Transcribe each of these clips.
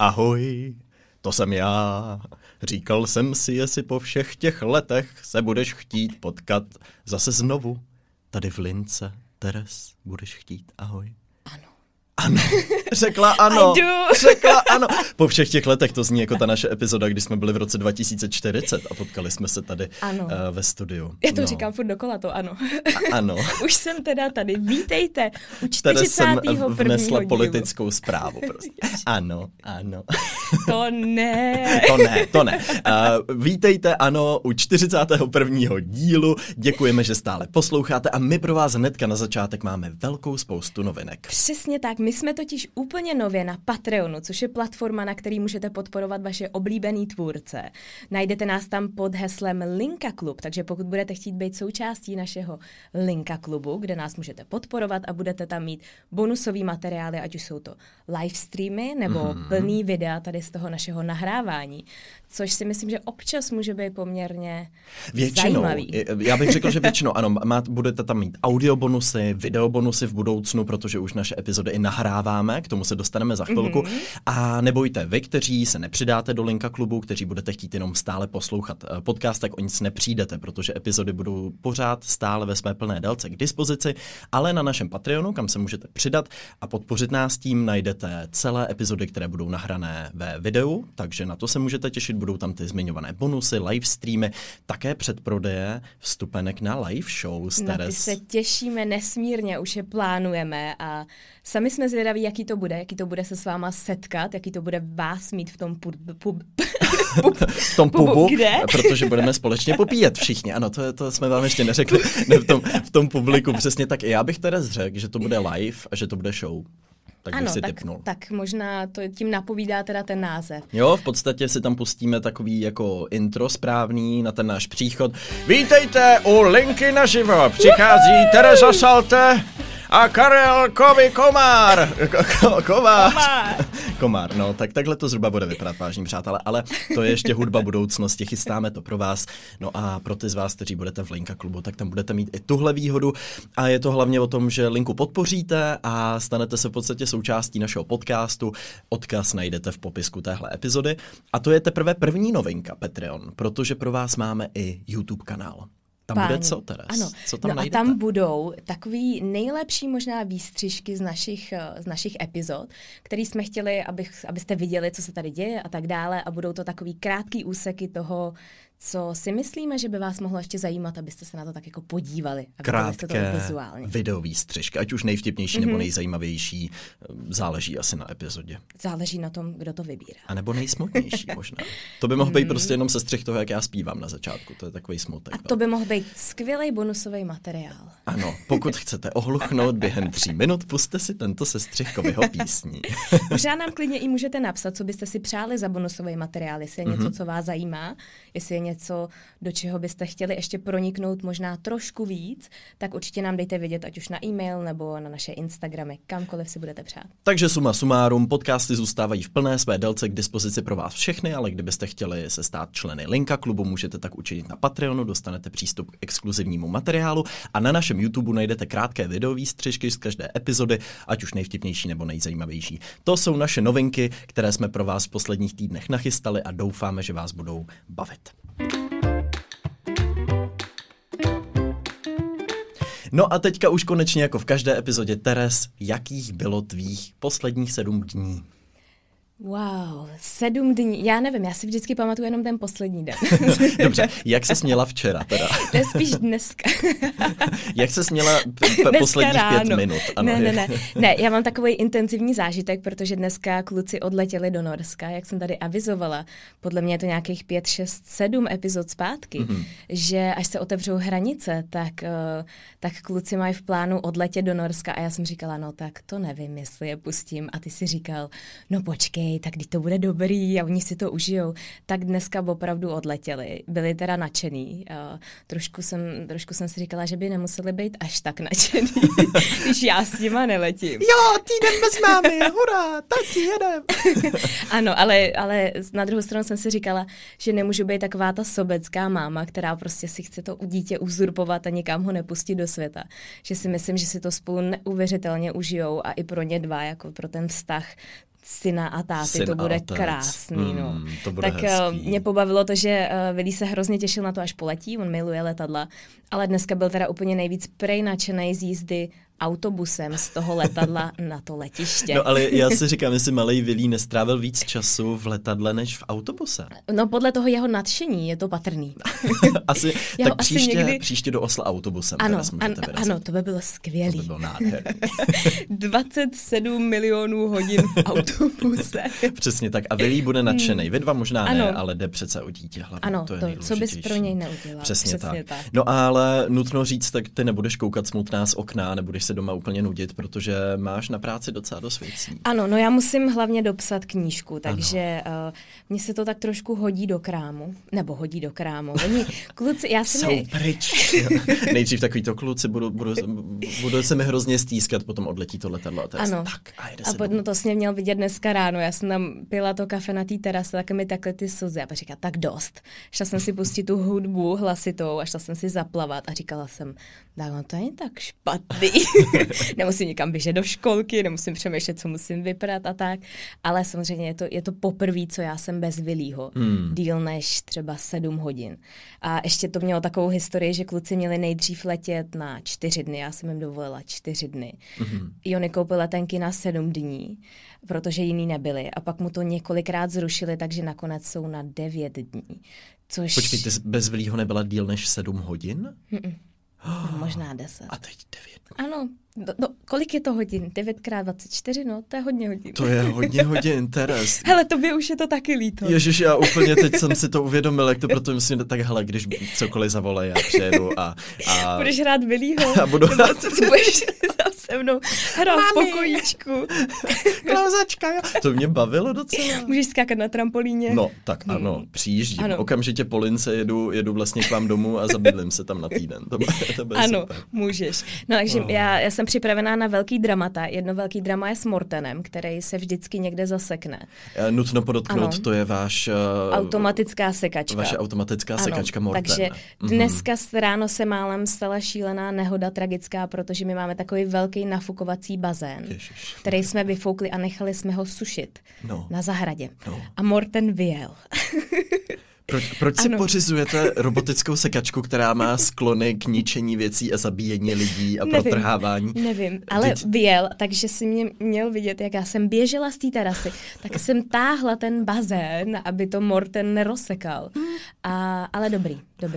ahoj, to jsem já. Říkal jsem si, jestli po všech těch letech se budeš chtít potkat zase znovu. Tady v lince, Teres, budeš chtít, ahoj. Ano, řekla ano, řekla ano. Po všech těch letech to zní jako ta naše epizoda, kdy jsme byli v roce 2040 a potkali jsme se tady ve studiu. Já to říkám furt dokola, to ano. Ano. Už jsem teda tady, vítejte u 41. Tady jsem vnesla dílu. Politickou zprávu prostě. Ano. To ne. To ne. Vítejte, ano, u 41. dílu. Děkujeme, že stále posloucháte a my pro vás hnedka na začátek máme velkou spoustu novinek. Přesně tak, my jsme totiž úplně nově na Patreonu, což je platforma, na který můžete podporovat vaše oblíbený tvůrce. Najdete nás tam pod heslem Linka Klub, takže pokud budete chtít být součástí našeho Linka Klubu, kde nás můžete podporovat a budete tam mít bonusový materiály, ať už jsou to live streamy nebo plný videa tady z toho našeho nahrávání, což si myslím, že občas může být poměrně zajímavý. Já bych řekl, že většinou ano, budete tam mít audiobonusy, videobonusy v budoucnu, protože už naše epizody i nahráváme, k tomu se dostaneme za chvilku. A nebojte, vy, kteří se nepřidáte do Linka Klubu, kteří budete chtít jenom stále poslouchat podcast, tak o nic nepřijdete, protože epizody budou pořád stále ve své plné délce k dispozici, ale na našem Patreonu, kam se můžete přidat a podpořit nás tím, najdete celé epizody, které budou nahrané ve videu, takže na to se můžete těšit, budou tam ty zmiňované bonusy, live streamy, také předprodeje vstupenek na live shows. Na ty se těšíme nesmírně, už je plánujeme a sami jsme zvědaví, jaký to bude se s váma setkat, jaký to bude vás mít v tom v tom pubu, kde? Protože budeme společně popíjet všichni. Ano, to jsme vám ještě neřekli. Ne, v tom publiku přesně tak. Já bych teda řekl, že to bude live a že to bude show. Tak ano, bych si tipnul. Tak možná to tím napovídá teda ten název. Jo, v podstatě si tam pustíme takový jako intro správný na ten náš příchod. Vítejte u Linky naživo. Přichází Tereza Salte a Karel Komár, no, tak takhle to zhruba bude vypadat, vážní přátelé, ale to je ještě hudba budoucnosti, chystáme to pro vás, no a pro ty z vás, kteří budete v Linka Klubu, tak tam budete mít i tuhle výhodu a je to hlavně o tom, že Linku podpoříte a stanete se v podstatě součástí našeho podcastu, odkaz najdete v popisku téhle epizody a to je teprve první novinka Patreon, protože pro vás máme i YouTube kanál. Tam bude co, Teres? Ano. Co tam najdete? A tam budou takový nejlepší možná výstřižky z našich epizod, který jsme chtěli, abyste viděli, co se tady děje a tak dále a budou to takový krátký úseky toho, co si myslíme, že by vás mohlo ještě zajímat, abyste se na to tak jako podívali. Krátké videový střižky, ať už nejvtipnější nebo nejzajímavější, záleží asi na epizodě. Záleží na tom, kdo to vybírá. A nebo nejsmutnější možná. To by mohl být prostě jenom sestřih toho, jak já zpívám na začátku. To je takový smutek. A to by mohl být skvělý bonusový materiál. Ano, pokud chcete ohluchnout během 3 minut, pusťte si tento sestřih Kovyho písní. Možná nám klidně i můžete napsat, co byste si přáli za bonusový materiál, jestli je něco, co vás zajímá, jestli je něco, do čeho byste chtěli ještě proniknout možná trošku víc, tak určitě nám dejte vědět, ať už na e-mail nebo na naše Instagramy, kamkoliv si budete přát. Takže suma sumárum, podcasty zůstávají v plné své délce k dispozici pro vás všechny, ale kdybyste chtěli se stát členy Linka Klubu, můžete tak učinit na Patreonu, dostanete přístup k exkluzivnímu materiálu a na našem YouTube najdete krátké videové střižky z každé epizody, ať už nejvtipnější nebo nejzajímavější. To jsou naše novinky, které jsme pro vás v posledních týdnech nachystali a doufáme, že vás budou bavit. No a teďka už konečně jako v každé epizodě, Teres, jakých bylo tvých posledních 7 dní? Wow, 7 dní. Já nevím, já si vždycky pamatuju jenom ten poslední den. Dobře, jak se směla včera teda? To je spíš dneska. Jak se směla posledních ráno. 5 minut? Ano. Ne, já mám takový intenzivní zážitek, protože dneska kluci odletěli do Norska, jak jsem tady avizovala. Podle mě je to nějakých 5, 6, 7 epizod zpátky, že až se otevřou hranice, tak kluci mají v plánu odletět do Norska a já jsem říkala, no tak to nevím, jestli je pustím. A ty si říkal, no počkej, tak když to bude dobrý a oni si to užijou, tak dneska opravdu odletěli. Byli teda nadšený. Trošku jsem si říkala, že by nemuseli být až tak nadšený, když já s nima neletím. Jo, týden bez mámy, hurá, tati, jedem. Ano, ale na druhou stranu jsem si říkala, že nemůžu být taková ta sobecká máma, která prostě si chce to dítě uzurpovat a nikam ho nepustit do světa. Že si myslím, že si to spolu neuvěřitelně užijou a i pro ně dva, jako pro ten vztah, syna a táty, to bude krásný. No. To bude tak hezký. Mě pobavilo to, že Willy se hrozně těšil na to, až poletí, on miluje letadla, ale dneska byl teda úplně nejvíc nadšenej z jízdy autobusem z toho letadla na to letiště. No ale já si říkám, jestli malej Willy nestrávil víc času v letadle než v autobuse. No podle toho jeho nadšení je to patrný. Asi, tak příště do Osla autobusem. Ano, to by bylo skvělý. To by bylo nádherný. 27 milionů hodin v autobuse. Přesně tak. A Willy bude nadšenej. Vy dva možná ne, ale jde přece o dítě hlavně. Ano, to co bys pro něj neudělal. Přesně tak. No ale nutno říct, tak ty nebudeš koukat smutná z okna, nebudeš se doma úplně nudit, protože máš na práci docela dost věcí. Ano, no já musím hlavně dopsat knížku, takže mně se to tak trošku hodí do krámu. Oni kluci, já si jsou pryč. Nejdřív takovýto kluci budou se mi hrozně stýskat, potom odletí to letadlo. Ano. No to jsi mě měl vidět dneska ráno. Já jsem tam pila to kafe na té terase, tak mi takhle ty slzy. A pak říkala, tak dost. Šla jsem si pustit tu hudbu hlasitou a šla jsem si zaplavat a říkala jsem, no to není tak špatný. Nemusím nikam běžet do školky, nemusím přemýšlet, co musím vyprat a tak. Ale samozřejmě je to poprvé, co já jsem bez Willyho. Díl než třeba 7 hodin. A ještě to mělo takovou historii, že kluci měli nejdřív letět na 4 dny. Já jsem jim dovolila 4 dny. Jony koupil letenky na 7 dní, protože jiný nebyly. A pak mu to několikrát zrušili, takže nakonec jsou na 9 dní. Počkej, ty bez Willyho nebyla díl než 7 hodin? No, možná 10. A teď 9. Ano. Kolik je to hodin? 9x24? No, to je hodně hodin. To je hodně hodin, Teres. Hele, tobě už je to taky líto. Ježiš, já úplně teď jsem si to uvědomil, jak to proto myslím, tak hele, když cokoliv zavolej, já přijedu a budeš hrát Willyho? A budu hrát. Budeš tam se mnou hrát v pokojíčku. Klauzačka, jo. To mě bavilo docela. Můžeš skákat na trampolíně. No, tak ano, přijíždím. Ano. Okamžitě po lince jedu vlastně k vám domů a zabydlím se tam na týden. To bude ano, super. Můžeš. No takže já jsem připravená na velký dramata. Jedno velký drama je s Mortenem, který se vždycky někde zasekne. Nutno podotknout, to je váš... automatická sekačka. Vaše automatická sekačka Morten. Takže dneska ráno se málem stala šílená nehoda tragická, protože my máme takový velký nafukovací bazén, který jsme vyfoukli a nechali jsme ho sušit na zahradě. A Morten vyjel. Proč si pořizujete robotickou sekačku, která má sklony k ničení věcí a zabíjení lidí a protrhávání? Nevím, ale vyjel, takže si mě měl vidět, jak já jsem běžela z té terasy, tak jsem táhla ten bazén, aby to Morten nerozsekal. Ale dobrý.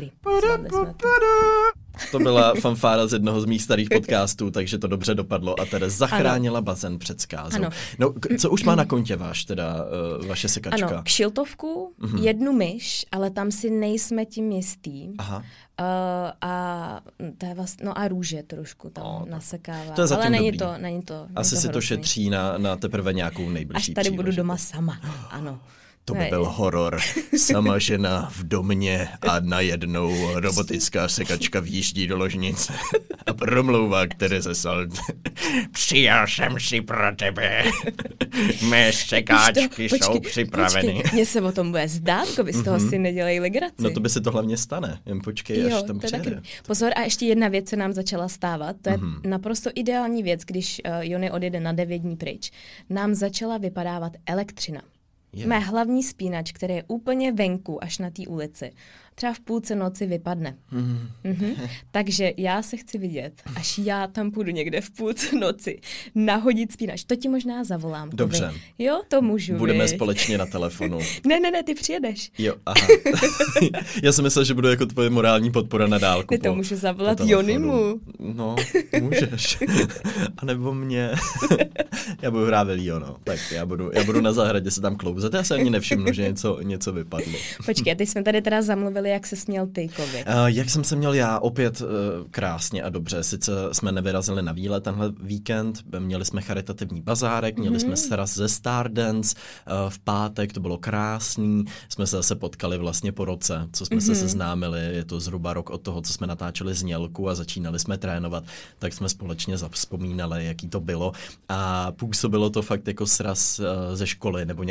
To byla fanfára z jednoho z mých starých podcastů, takže to dobře dopadlo a Teres zachránila bazén před zkázou. Ano. No, co už má na kontě vaše sekačka? Ano, kšiltovku, 1 myš, ale tam si nejsme tím jistý. Aha. A to je vlastně, a růže trošku tam nasekává. To je zatím ale není dobrý. to asi si to šetří na teprve nějakou nejbližší až tady budu příležitost. doma sama, ano. To by byl horor. Sama žena v domě a najednou robotická sekačka vjíždí do ložnice a promlouvá k Tereze Salt. Přijal jsem si pro tebe. Mé sekáčky jsou připraveny. Mně se o tom bude zdát, vy z toho si nedělej legraci. No to by se to hlavně stane. Jen počkej, až tam přijede. Pozor, a ještě jedna věc se nám začala stávat. To je naprosto ideální věc, když Jony odjede na 9 dní pryč. Nám začala vypadávat elektřina. Mé hlavní spínač, který je úplně venku až na té ulici, třeba v půlce noci vypadne. Takže já se chci vidět, až já tam půjdu někde v půlce noci nahodit spínač. To ti možná zavolám. Dobře. Jo, to můžu. Budeme společně na telefonu. Ne, ty přijedeš. Jo, aha. Já jsem myslel, že budu jako tvoje morální podpora na dálku. Ty to můžu zavolat Jonimu. No, můžeš. A nebo mě. Já budu hrát Willyho, no. Tak já budu na zahradě se tam klouzat. Já se ani nevšimnu, že něco vypadlo. Počkej, teď jsme tady teda zamluvili, jak se směl ty, Kovi. Jak jsem se měl já, opět krásně a dobře. Sice jsme nevyrazili na výlet tenhle víkend, měli jsme charitativní bazárek, měli jsme sraz ze Stardance v pátek, to bylo krásný. Jsme se zase potkali vlastně po roce, co jsme se seznámili, je to zhruba rok od toho, co jsme natáčeli znělku a začínali jsme trénovat, tak jsme společně zavzpomínali, jaký to bylo a působilo to fakt jako sraz ze školy nebo nějaký seriál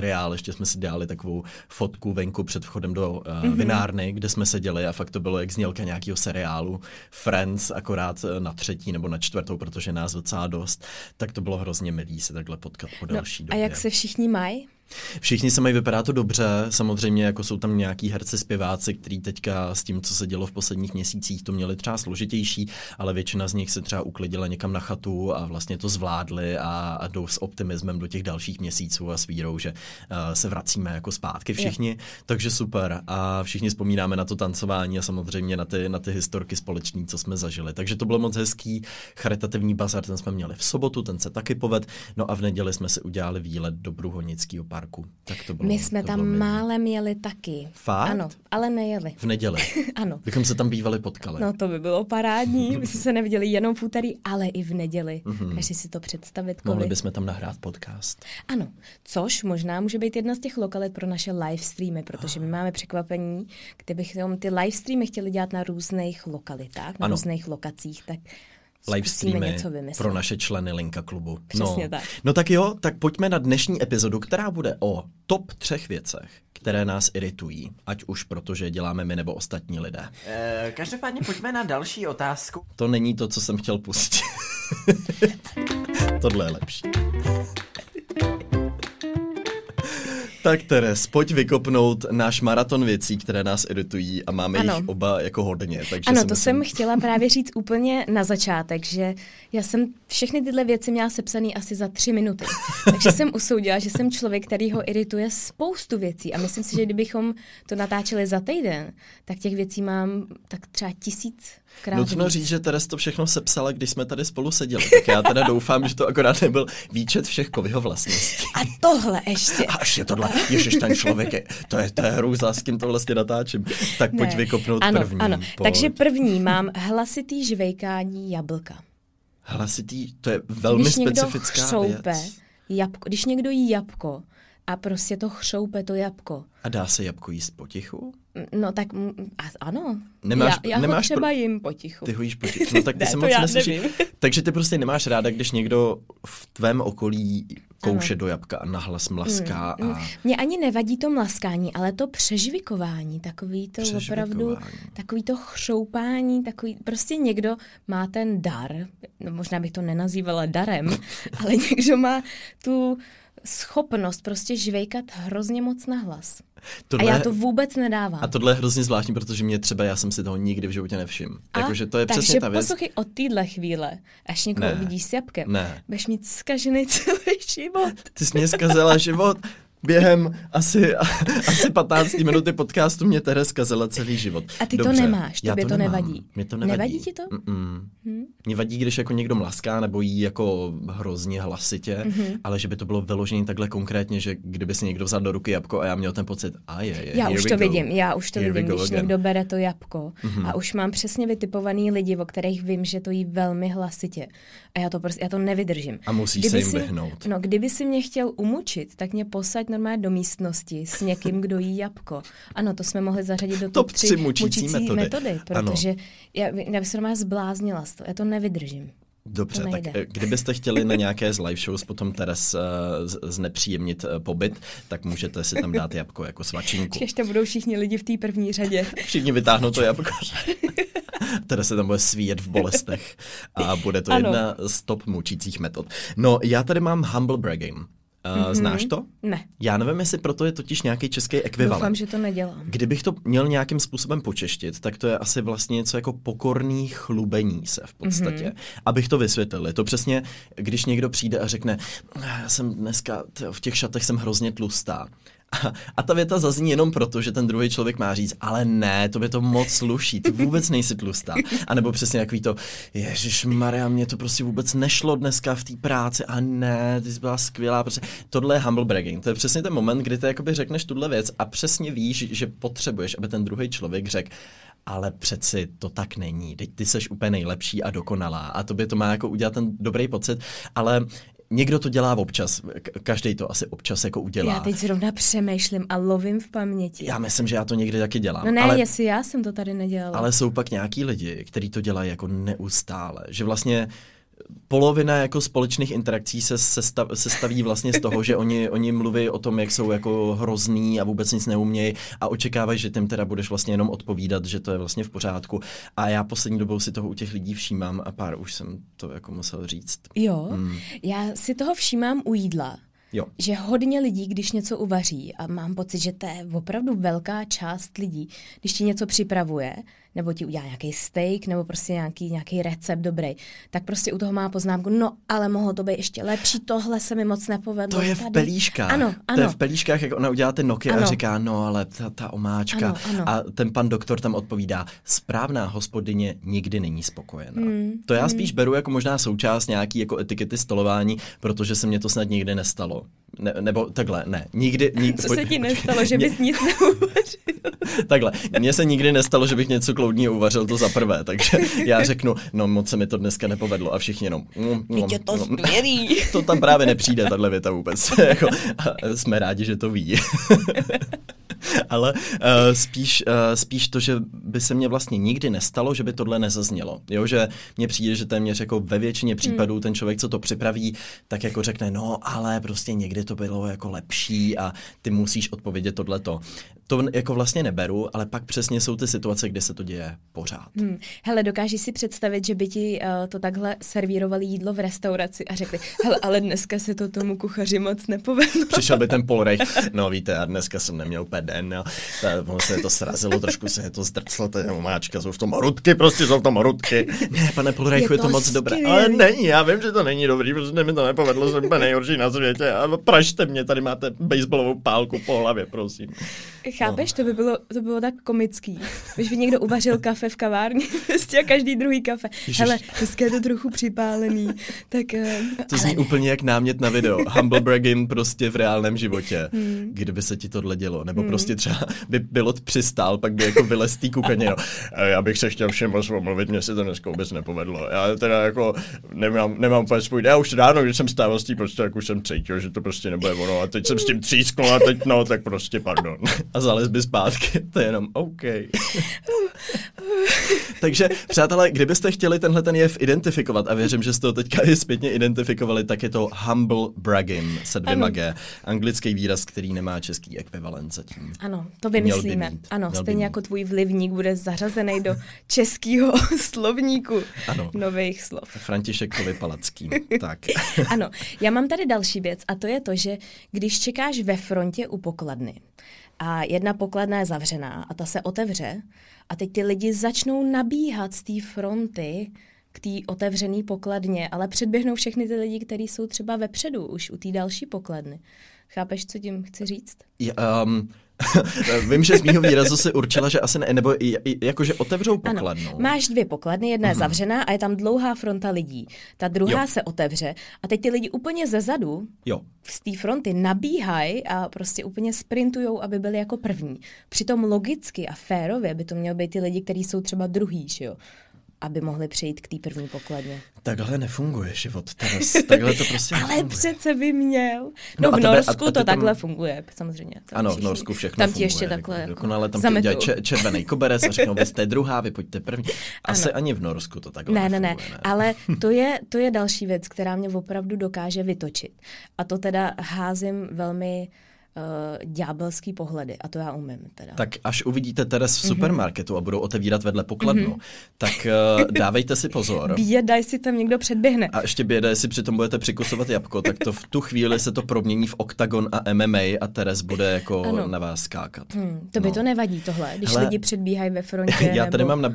seriál, ještě jsme si dělali takovou fotku venku před vchodem do vinárny, kde jsme seděli a fakt to bylo jak znělka nějakého seriálu Friends, akorát na 3. nebo na 4., protože nás docela dost, tak to bylo hrozně milý se takhle potkat po delší době. A jak se všichni mají? Všichni se mají, vypadá to dobře, samozřejmě jako jsou tam nějaký herci, zpěváci, kteří teďka s tím, co se dělo v posledních měsících, to měli třeba složitější, ale většina z nich se třeba uklidila někam na chatu a vlastně to zvládli a jdou s optimismem do těch dalších měsíců a s vírou, že se vracíme jako zpátky všichni, takže super a všichni vzpomínáme na to tancování a samozřejmě na ty historky společný, co jsme zažili. Takže to bylo moc hezký, charitativní bazar, ten jsme měli v sobotu, ten se taky povedl, no a v neděli jsme si udělali výlet do Průhonického parku. Tak to bylo, my jsme to tam málem jeli taky. Fakt? Ano, ale nejeli. V neděli? Ano. Bychom se tam bývali potkali. No to by bylo parádní. My jsme se neviděli jenom v úterý, ale i v neděli. Každý si to představit. Mohli bychom tam nahrát podcast. Ano, což možná může být jedna z těch lokalit pro naše live streamy, protože my máme překvapení, kdybychom ty live streamy chtěli dělat na různých lokalitách, na různých lokacích, tak live streamy pro naše členy Linka klubu. Přesně tak. No tak jo, tak pojďme na dnešní epizodu, která bude o top 3 věcech, které nás iritují, ať už protože děláme my nebo ostatní lidé. Každopádně pojďme na další otázku. To není to, co jsem chtěl pustit. Tohle je lepší. Tak Teres, pojď vykopnout náš maraton věcí, které nás iritují a máme jich oba jako hodně. Takže ano, to jsem chtěla právě říct úplně na začátek, že já jsem všechny tyhle věci měla sepsaný asi za 3 minuty. Takže jsem usoudila, že jsem člověk, který ho irituje spoustu věcí a myslím si, že kdybychom to natáčeli za týden, tak těch věcí mám tak třeba 1000krát Nutno říct, že Teres to všechno sepsala, když jsme tady spolu seděli. Tak já teda doufám, že to akorát nebyl výčet všech Kovyho vlastností. A tohle ještě. A ještě tohle. Ježiš, ten člověk to je hrůza, s kým to vlastně natáčím. Tak pojď vykopnout první. Ano, takže první mám hlasitý žvejkání jablka. Hlasitý, to je velmi specifická věc. Když někdo jí jabko a prostě to chřoupe to jabko. A dá se jabko jíst potichu? No tak ano. Já ho třeba jim potichu. Ty ho jíš potichu. No tak ty se moc neslyší. Takže ty prostě nemáš ráda, když někdo v tvém okolí kouše do jabka a nahlas mlaská. Mně ani nevadí to mlaskání, ale to přežvikování, takový to opravdu, takový to chřoupání, takový, prostě někdo má ten dar, no možná bych to nenazývala darem, ale někdo má tu schopnost prostě žvejkat hrozně moc nahlas. A já to vůbec nedávám. A tohle je hrozně zvláštní, protože já jsem si toho nikdy v životě nevšiml. Jakože to je přesně ta věc. Takže poslouchej od téhle chvíle, až někoho uvidíš s jabkem, budeš mít zkažený celý život. Ty jsi mě zkazila život. Během asi 15 minuty podcastu mě Teres zkazila celý život. A ty dobře, to nemáš, tobě to nevadí. Mě to nevadí. Nevadí ti to? Mně vadí, když jako někdo mlaská nebo jí jako hrozně hlasitě, ale že by to bylo vyložené takhle konkrétně, že kdyby si někdo vzal do ruky jabko a já měl ten pocit, já už to vidím, když někdo bere to jabko a už mám přesně vytipovaný lidi, o kterých vím, že to jí velmi hlasitě. A já to nevydržím. A musíš se jim vyhnout. No, kdyby si mě chtěl umučit, tak mě posaď normálně do místnosti s někým, kdo jí jabko. Ano, to jsme mohli zařadit do top 3 mučící metody, protože já bych se normálně zbláznila z toho. Já to nevydržím. Dobře, tak kdybyste chtěli na nějaké z live shows potom Teres znepříjemnit pobyt, tak můžete si tam dát jabko jako svačinku. Ještě budou všichni lidi v té první řadě. Všichni vytáhnou to jabko. Teres se tam bude svíjet v bolestech a bude to jedna z top mučících metod. No, já tady mám humble bragging. Znáš to? Ne. Já nevím, jestli proto je totiž nějaký český ekvivalent. Doufám, že to nedělám. Kdybych to měl nějakým způsobem počeštit, tak to je asi vlastně něco jako pokorný chlubení se v podstatě. Abych to vysvětlil. Je to přesně, když někdo přijde a řekne, já jsem dneska v těch šatech jsem hrozně tlustá. A ta věta zazní jenom proto, že ten druhý člověk má říct, ale ne, to by to moc sluší, ty vůbec nejsi tlustá. A nebo přesně takový to, ježišmarja, mě to prostě vůbec nešlo dneska v té práci, a ne, ty jsi byla skvělá. Prostě. Tohle je humble bragging, to je přesně ten moment, kdy ty jakoby řekneš tuhle věc a přesně víš, že potřebuješ, aby ten druhý člověk řekl, ale přeci to tak není, teď ty seš úplně nejlepší a dokonalá a tobě to má jako udělat ten dobrý pocit, ale někdo to dělá občas, každý to asi občas jako udělá. Já teď zrovna přemýšlím a lovím v paměti. Já myslím, že já to někdy taky dělám. No ne, jestli já jsem to tady nedělala. Ale jsou pak nějaký lidi, kteří to dělají jako neustále, že vlastně polovina jako společných interakcí se staví vlastně z toho, že oni mluví o tom, jak jsou jako hrozný a vůbec nic neumějí a očekávají, že tím teda budeš vlastně jenom odpovídat, že to je vlastně v pořádku. A já poslední dobou si toho u těch lidí všímám a pár už jsem to jako musel říct. Jo, já si toho všímám u jídla. Jo. Že hodně lidí, když něco uvaří, a mám pocit, že to je opravdu velká část lidí, když ti něco připravuje, nebo ti udělá nějaký steak, nebo prostě nějaký recept dobrý, tak prostě u toho má poznámku, no ale mohlo to být ještě lepší, tohle se mi moc nepovedlo. To je v pelíškách. Ano. To je v pelíškách, jak ona udělá ty noky a říká, no ale ta omáčka. Ano. A ten pan doktor tam odpovídá, správná hospodyně nikdy není spokojená. To já spíš beru jako možná součást nějaký jako etikety stolování, protože se mně to snad nikdy nestalo. Nebo takhle, ne. Nikdy Co se ti nestalo, že bys nic neuvařil? Takhle, mně se nikdy nestalo, že bych něco kloudního uvařil, to za prvé, takže já řeknu, no moc se mi to dneska nepovedlo a všichni jenom... Je to skvělý. To tam právě nepřijde, tahle věta vůbec. Jako, jsme rádi, že to ví. Ale spíš to, že by se mně vlastně nikdy nestalo, že by tohle nezaznělo. Jo, že mně přijde, že téměř jako ve většině případů ten člověk, co to připraví, tak jako řekne, no ale prostě někdy to bylo jako lepší a ty musíš odpovědět tohleto. To jako vlastně neberu, ale pak přesně jsou ty situace, kde se to děje pořád. Hele, dokážeš si představit, že by ti to takhle servírovali jídlo v restauraci a řekli, hele, ale dneska se to tomu kuchaři moc nepovedlo. Přišel by ten Polrej, no víte, a dneska jsem neměl úplně den, ono se to srazilo, trošku se to zdrclo, ta omáčka, jsou v tom horutky, prostě jsou v tom horutky. Ne, pane Polrejchu, je to moc dobré. Ale není, já vím, že to není dobrý, protože mi to nepovedlo, jsem úplně nejhorší na světě. A pražte mě, tady máte baseballovou pálku po hlavě, prosím. Chápeš, to by bylo tak komický. Když by někdo uvařil kafe v kavárně, prostě každý druhý kafe. Hele, dneska je to trochu připálený, tak... To zní úplně jak námět na video. Humble bragging prostě v reálném životě. Kdyby se ti tohle dělo. Nebo prostě třeba by pilot přistál, pak by jako vylez z té kukaně. No. Já bych se chtěl všem moc omluvit, mně se to dneska vůbec nepovedlo. Já teda jako nemám úplně svůj... Já už ráno, když jsem stával s tím, prostě jak už jsem cítil, že to prostě nebude ono. A teď jsem s tím třísknul a teď no, tak prostě pardon. A zalez by zpátky. To je jenom OK. Takže, přátelé, kdybyste chtěli tenhle ten jev identifikovat, a věřím, že jste to teďka i zpětně identifikovali, tak je to humble bragging se 2 G. Anglický výraz, který nemá český ekvivalent zatím. Ano, to vymyslíme. Ano, stejně jako tvůj vlivník bude zařazený do českého slovníku nových slov. František Palacký. Tak. Ano, já mám tady další věc a to je to, že když čekáš ve frontě u pokladny a jedna pokladna je zavřená a ta se otevře a teď ty lidi začnou nabíhat z té fronty k té otevřené pokladně, ale předběhnou všechny ty lidi, kteří jsou třeba vepředu už u té další pokladny. Chápeš, co tím chci říct? Vím, že z mýho výrazu si určila, že asi ne, nebo jakože otevřou pokladnu. Ano, máš 2 pokladny, jedna je zavřená a je tam dlouhá fronta lidí. Ta druhá se otevře a teď ty lidi úplně zezadu z té fronty nabíhají a prostě úplně sprintujou, aby byli jako první. Přitom logicky a férově by to mělo být ty lidi, kteří jsou třeba druhý, jo? Aby mohli přejít k té první pokladně. Takhle nefunguje život teraz. Takhle to prostě ale přece by měl. No v Norsku to takhle funguje, samozřejmě. Ano, v Norsku všechno tam funguje. Tam ti ještě takhle jako tam ti udělají červený koberec a řeknou, vy jste druhá, vy pojďte první. Asi ani v Norsku to takhle nefunguje. Ne. Ale to je další věc, která mě opravdu dokáže vytočit. A to teda házím velmi ďábelský pohledy a to já umím teda. Tak až uvidíte Teres v supermarketu a budou otevírat vedle pokladnu, tak dávejte si pozor. Běda, jestli tam někdo předběhne. A ještě běda, jestli přitom budete přikusovat jabko, tak to v tu chvíli se to promění v oktagon a MMA a Teres bude jako na vás skákat. To by to nevadí tohle, když lidi předbíhají ve frontě. Já tady mám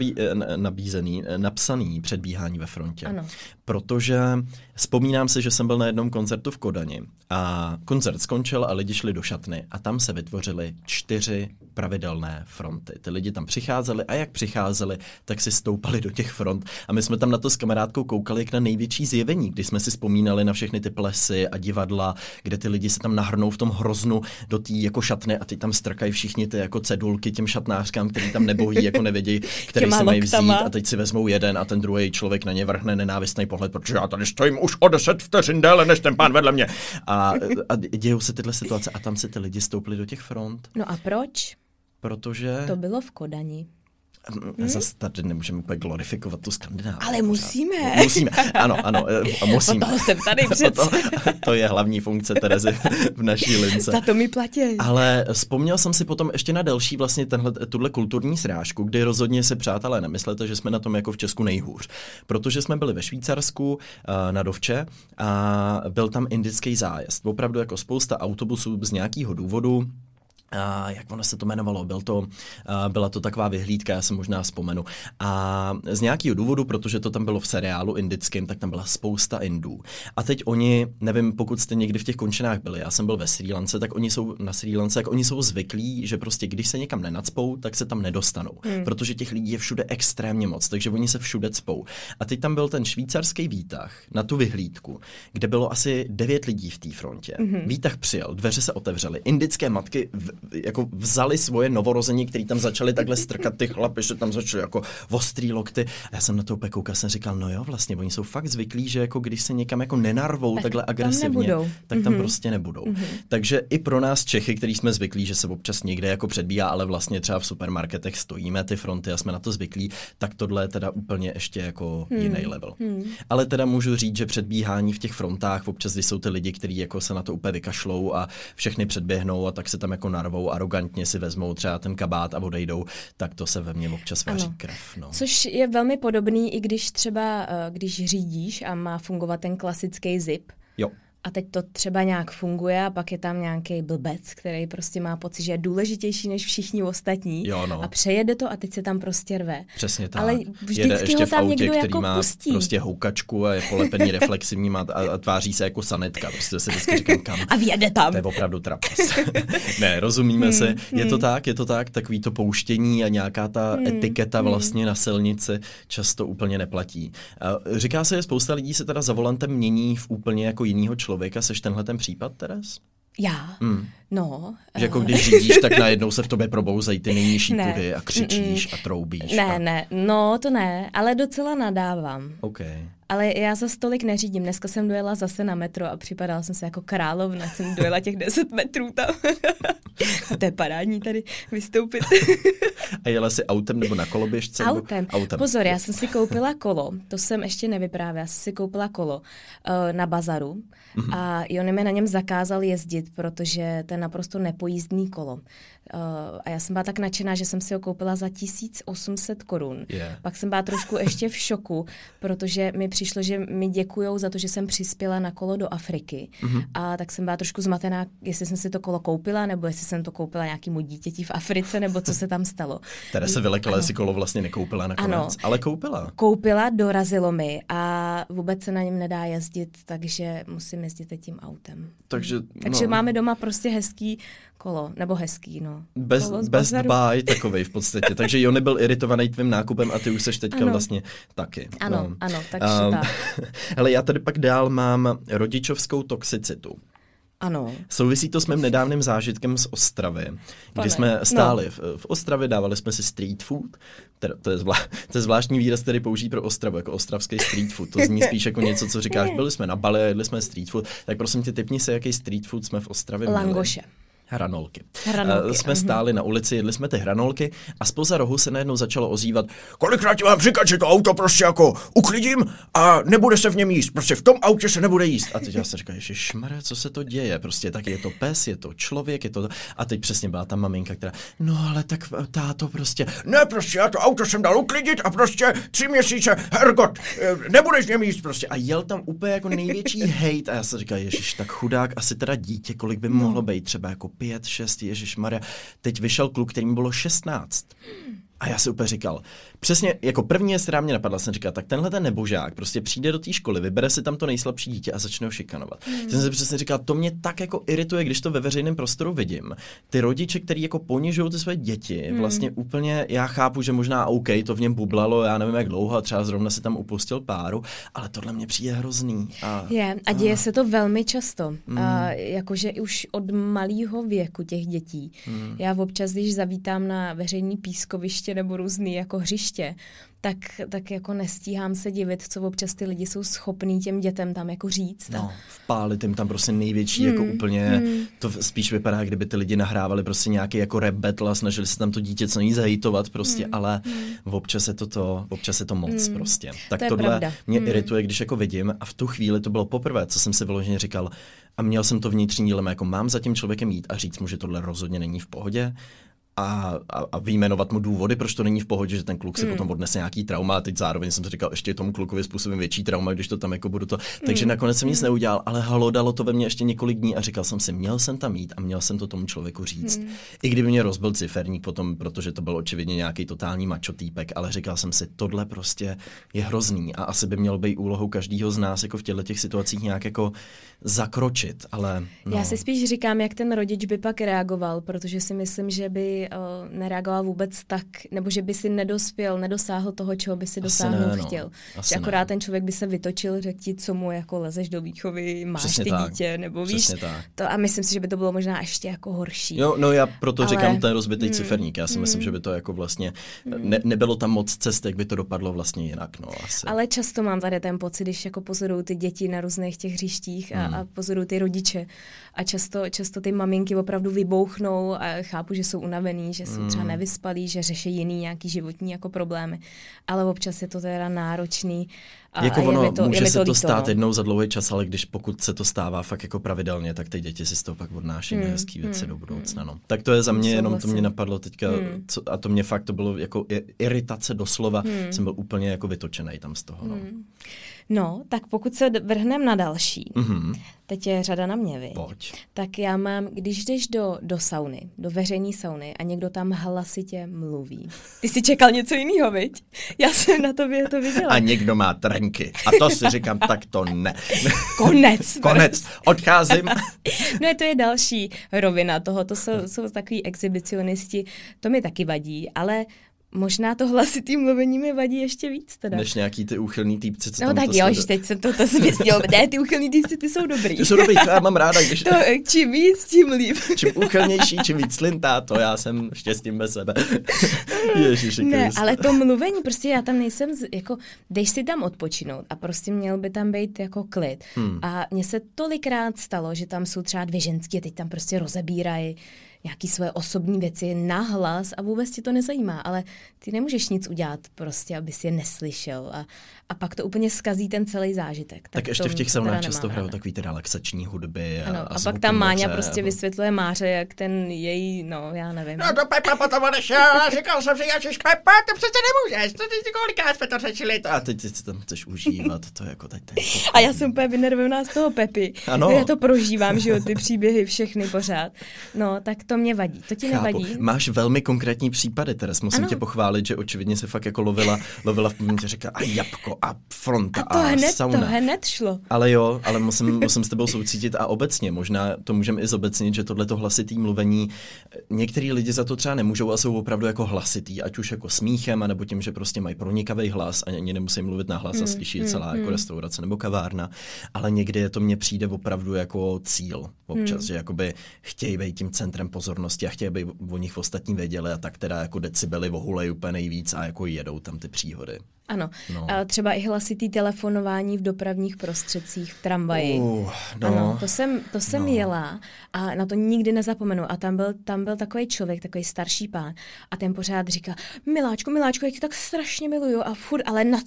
napsaný předbíhání ve frontě. Ano. Protože vzpomínám si, že jsem byl na jednom koncertu v Kodani a koncert skončil a lidi šli do šatny a tam se vytvořily 4 pravidelné fronty. Ty lidi tam přicházeli a jak přicházeli, tak si stoupali do těch front a my jsme tam na to s kamarádkou koukali jak na největší zjevení, když jsme si vzpomínali na všechny ty plesy a divadla, kde ty lidi se tam nahrnou v tom hroznu do té jako šatny a teď tam strkají všichni ty jako cedulky těm šatnářkám, který tam nebojí, jako nevědí, který si mají vzít a teď si vezmou jeden a ten druhý člověk na ně vrhne nenávistný pohled, protože já tady stojím už o 10 vteřin déle než ten pán vedle mě. A dějou se tyhle situace a tam si ty lidi stoupli do těch front. No a proč? Protože... To bylo v Kodani. Zase tady nemůžeme úplně glorifikovat tu Skandinávii. Ale musíme. Musíme, ano, musíme. Od toho jsem tady přece. To je hlavní funkce Terezy v naší lince. Za to mi platí. Ale vzpomněl jsem si potom ještě na další vlastně tuhle kulturní srážku, kdy rozhodně se, přátelé, nemyslete, že jsme na tom jako v Česku nejhůř. Protože jsme byli ve Švýcarsku na Dovče a byl tam indický zájezd. Opravdu jako spousta autobusů z nějakého důvodu. Jak ono se to jmenovalo, byla to taková vyhlídka, já se možná vzpomenu. A z nějakého důvodu, protože to tam bylo v seriálu indickém, tak tam byla spousta Indů. A teď oni, nevím, pokud jste někdy v těch končinách byli, já jsem byl ve Srí Lance, tak oni jsou na Srí Lance, tak oni jsou zvyklí, že prostě když se někam nenacpou, tak se tam nedostanou. Protože těch lidí je všude extrémně moc, takže oni se všude cpou. A teď tam byl ten švýcarský výtah na tu vyhlídku, kde bylo asi 9 lidí v té frontě. Výtah přijel, dveře se otevřely, indické matky jako vzali svoje novorození, který tam začali takhle strkat ty chlapy, že tam začali jako ostrý lokty. A já jsem na to úplně koukal, jsem říkal, no jo, vlastně, oni jsou fakt zvyklí, že jako když se někam jako nenarvou takhle agresivně, tak tam prostě nebudou. Takže i pro nás Čechy, který jsme zvyklí, že se občas někde jako předbíhá, ale vlastně třeba v supermarketech stojíme ty fronty a jsme na to zvyklí, tak tohle je teda úplně ještě jako jiný level. Ale teda můžu říct, že předbíhání v těch frontách, občas když jsou ty lidi, kteří jako se na to úplně vykašlou a všechny předběhnou a tak se tam jako narvou, arrogantně si vezmou třeba ten kabát a odejdou, tak to se ve mně občas vaří krev. No. Což je velmi podobný, i když třeba, když řídíš a má fungovat ten klasický zip. Jo. A teď to třeba nějak funguje a pak je tam nějaký blbec, který prostě má pocit, že je důležitější než všichni ostatní. Jo, no. A přejede to a teď se tam prostě rve. Přesně tak. Ale jede ještě v autě, který jako má pustí. prostě houkačku a je polepený reflexivní a tváří se jako sanetka. Prostě se vždycky říkám kam. A vyjede tam. To je opravdu trapas. Ne, rozumíme se. Je to tak, takový to pouštění a nějaká ta etiketa vlastně na silnici často úplně neplatí. Říká se, že spousta lidí se teda za volantem mění v úplně jako jinýho člověka. Seš tenhle ten případ, Teres? Já? No. Že jako když řídíš, tak najednou se v tobě probouzají ty nejnižší pudy a křičíš a troubíš. Ne, no to ne, ale docela nadávám. Okay. Ale já za stolik neřídím. Dneska jsem dojela zase na metro a připadala jsem se jako královna. Jsem dojela těch 10 metrů tam. To je parádní tady vystoupit. A jela jsi autem nebo na koloběžce? Autem. Pozor, já jsem si koupila kolo. To jsem ještě nevyprávěla. Já jsem si koupila kolo na bazaru. A oni mi na něm zakázal jezdit, protože to je naprosto nepojízdný kolo. A já jsem byla tak nadšená, že jsem si ho koupila za 1800 korun. Yeah. Pak jsem byla trošku ještě v šoku, protože mi přišlo, že mi děkujou za to, že jsem přispěla na kolo do Afriky. A tak jsem byla trošku zmatená, jestli jsem si to kolo koupila, nebo jestli jsem to koupila nějakému dítěti v Africe, nebo co se tam stalo. Teda se vylekala, jestli kolo vlastně nekoupila nakonec, ale koupila. Koupila, dorazilo mi a vůbec se na něm nedá jezdit, takže musím jezdit tím autem. Takže máme doma prostě hezký kolo, nebo hezký, no. Best buy takovej v podstatě. Takže Jony byl iritovaný tvým nákupem a ty už seš teďka vlastně taky. Ano, takže tak. Hele, já tady pak dál mám rodičovskou toxicitu. Ano. Souvisí to s mým nedávným zážitkem z Ostravy, kdy jsme stáli v Ostravě, dávali jsme si street food. To je zvláštní výraz, který použijí pro Ostravu, jako ostravský street food. To zní spíš jako něco, co říkáš, byli jsme na Bali a jedli jsme street food. Tak prosím tě, tipni se, jaký street food jsme v Ostravě měli. Langoše. Hranolky. Jsme stáli na ulici, jedli jsme ty hranolky a zpoza rohu se najednou začalo ozývat: kolikrát ti mám říkat, že to auto prostě jako uklidím a nebude se v něm jíst. Prostě v tom autě se nebude jíst. A teď já se říkal, ježišmarja, co se to děje? Prostě tak je to pes, je to člověk, je to... A teď přesně byla ta maminka, která, no ale tak táto prostě, ne prostě, já to auto jsem dal uklidit a prostě 3 měsíce, hergot, nebudeš v něm jíst prostě. A jel tam úplně jako největší hejt a já se říkal, ježiš, tak chudák, asi teda dítě, kolik by mohlo být, třeba jako 5, 6, ježišmarja. Teď vyšel kluk, kterým bylo 16. A já si úplně říkal, přesně jako první která mě napadla, jsem říkal, tak tenhle ten nebožák prostě přijde do té školy, vybere si tam to nejslabší dítě a začne ho šikanovat. Jsem si přesně říkal, to mě tak jako irituje, když to ve veřejném prostoru vidím. Ty rodiče, kteří jako ponižují ty své děti, vlastně úplně, já chápu, že možná OK, to v něm bublalo, já nevím jak dlouho, a třeba zrovna si tam upustil páru, ale tohle mě přijde hrozný. A děje se to velmi často. Jakože už od malého věku těch dětí. Já občas, když zavítám na veřejný pískoviště hřiště nebo různý jako hřiště, tak jako nestíhám se divit, co občas ty lidi jsou schopní těm dětem tam jako říct. No, vpálit jim tam prostě největší, jako úplně, to spíš vypadá, kdyby ty lidi nahrávali prostě nějaký jako rap battle a snažili se tam to dítě co nejvíc zahejtovat prostě, ale občas je to moc prostě. Tak to tohle mě irituje, když jako vidím a v tu chvíli to bylo poprvé, co jsem si vyloženě říkal a měl jsem to vnitřní dilema, jako mám za tím člověkem jít a říct mu, že tohle rozhodně není v pohodě, a vyjmenovat mu důvody, proč to není v pohodě, že ten kluk si potom odnese nějaký trauma a teď zároveň jsem si říkal, ještě tomu klukovi způsobím větší trauma, když to tam jako budu to. Takže nakonec jsem nic neudělal, ale halo, dalo to ve mně ještě několik dní a říkal jsem si, měl jsem tam jít a měl jsem to tomu člověku říct. I kdyby mě rozbil ciferník potom, protože to byl očividně nějaký totální macho týpek, ale říkal jsem si, tohle prostě je hrozný a asi by mělo být úlohou každého z nás jako v těchto situacích nějak jako zakročit, ale no. Já si spíš říkám, jak ten rodič by pak reagoval, protože si myslím, že by nereagoval vůbec tak, nebo že by si nedosáhl toho, čeho by si dosáhnout chtěl. Že akorát ten člověk by se vytočil, řekl ti, co mu jako lezeš do výchovy, máš přesně ty tak. Dítě, nebo víš. To, a myslím si, že by to bylo možná ještě jako horší. Jo, no já proto říkám ten rozbitý ciferník. Já si myslím, že by to jako vlastně nebylo tam moc cest, jak by to dopadlo vlastně jinak. No, asi. Ale často mám tady ten pocit, když jako pozorují ty děti na různých těch hřištích a pozorují ty rodiče. A často ty maminky opravdu vybouchnou a chápu, že jsou unavený, že jsou třeba nevyspalí, že řeší jiný nějaký životní jako problémy. Ale občas je to teda náročný. Jako ono, může se to stát jednou za dlouhý čas, ale pokud se to stává fakt jako pravidelně, tak ty děti si z toho pak odnáší hezký věci do budoucna. No. Tak to je za mě, jenom to mě napadlo teďka, a to mě fakt to bylo jako iritace doslova, jsem byl úplně jako vytočený tam z toho. No. No, tak pokud se vrhneme na další, teď je řada na mě, vy. Pojď. Tak já mám, když jdeš do sauny, do veřejné sauny a někdo tam hlasitě mluví. Ty jsi čekal něco jiného, viď? Já jsem na tobě to viděla. A někdo má trenky. A to si říkám, tak to ne. Konec, odcházím. No to je další rovina toho, to jsou takový exhibicionisti, to mi taky vadí, ale možná to hlasitý mluvení mi vadí ještě víc teda. Než nějaký ty úchylný týpci, co no tam tak jo, že teď jsem to zvěstil. Ne, ty úchylný týpci, ty jsou dobrý. Ty jsou dobrý, to já mám ráda. Když... To čím víc, tím líp. Čím úchylnější, čím víc slintá, to já jsem štěstím bez sebe. Ježiši Kriste. Ne, ale to mluvení, prostě já tam nejsem, jako, jdeš si tam odpočinout a prostě měl by tam být jako klid. A mně se tolikrát stalo, že tam jsou třeba dvě ženský a teď tam prostě rozebírají nějaký svoje osobní věci nahlas a vůbec ti to nezajímá, ale ty nemůžeš nic udělat prostě, abys je neslyšel a pak to úplně zkazí ten celý zážitek. Tak ještě v těch saunách často hrajou takový ty relaxační hudby. A pak tam Máňa prostě vysvětluje Máře, jak ten její, no já nevím. No to Pepa potom odešel a říkal jsem si, Ježiš Pepa, to přece nemůžeš, to teď kolikrát jsme to řečili. A teď si tam chceš užívat, to jako teď ten. A já jsem úplně vynervená z toho Pepy. Ano. Já to prožívám, že jo, ty příběhy všechny pořád. No, tak to mě vadí. To ti nevadí? Máš velmi konkrétní případy, Teres. Musím tě pochválit, že očividně se fakt jako lovila v momentě, říká a jabko a fronta a sauna. To hned šlo. Ale jo, ale musím s tebou soucítit a obecně, možná to můžeme i zobecnit, že tohleto hlasitý mluvení, některý lidi za to třeba nemůžou a jsou opravdu jako hlasitý, ať už jako smíchem, anebo tím, že prostě mají pronikavý hlas a ani nemusí mluvit na hlas a slyší celá jako restaurace nebo kavárna, ale někdy to mně přijde opravdu jako cíl občas, že jakoby chtějí být tím centrem pozornosti a chtějí, aby o nich ostatní věděli a tak teda jako decibely vohulej úplně nejvíc a jako jedou tam ty příhody. Ano, a třeba i hlasitý telefonování v dopravních prostředcích, v tramvaji. Ano, to jsem jela a na to nikdy nezapomenu. A tam byl takový člověk, takový starší pán a ten pořád říká, Miláčku, já tě tak strašně miluju a furt, ale na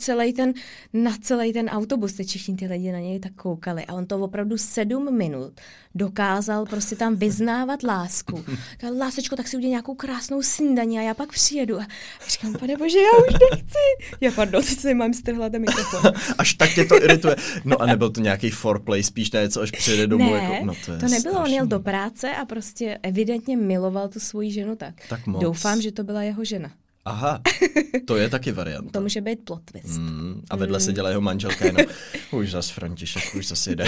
celý ten autobus, teď všichni ty lidi na něj tak koukali a on to opravdu 7 minut dokázal prostě tam vyznávat lásku. Říkal, lásečko, tak si udělej nějakou krásnou snídaní a já pak přijedu. A říkám, pane bože, já už nechci. Pardon, teď si mám strhla ten mikrofon. Až tak tě to irituje. No a nebyl to nějaký foreplay, spíš něco, až přijede domů. Ne, jako, no to nebylo, on jel do práce a prostě evidentně miloval tu svoji ženu tak moc. Doufám, že to byla jeho žena. Aha, to je taky varianta. To může být plot twist. A vedle se dělá jeho manželka jenom, už zas František, už zas jde.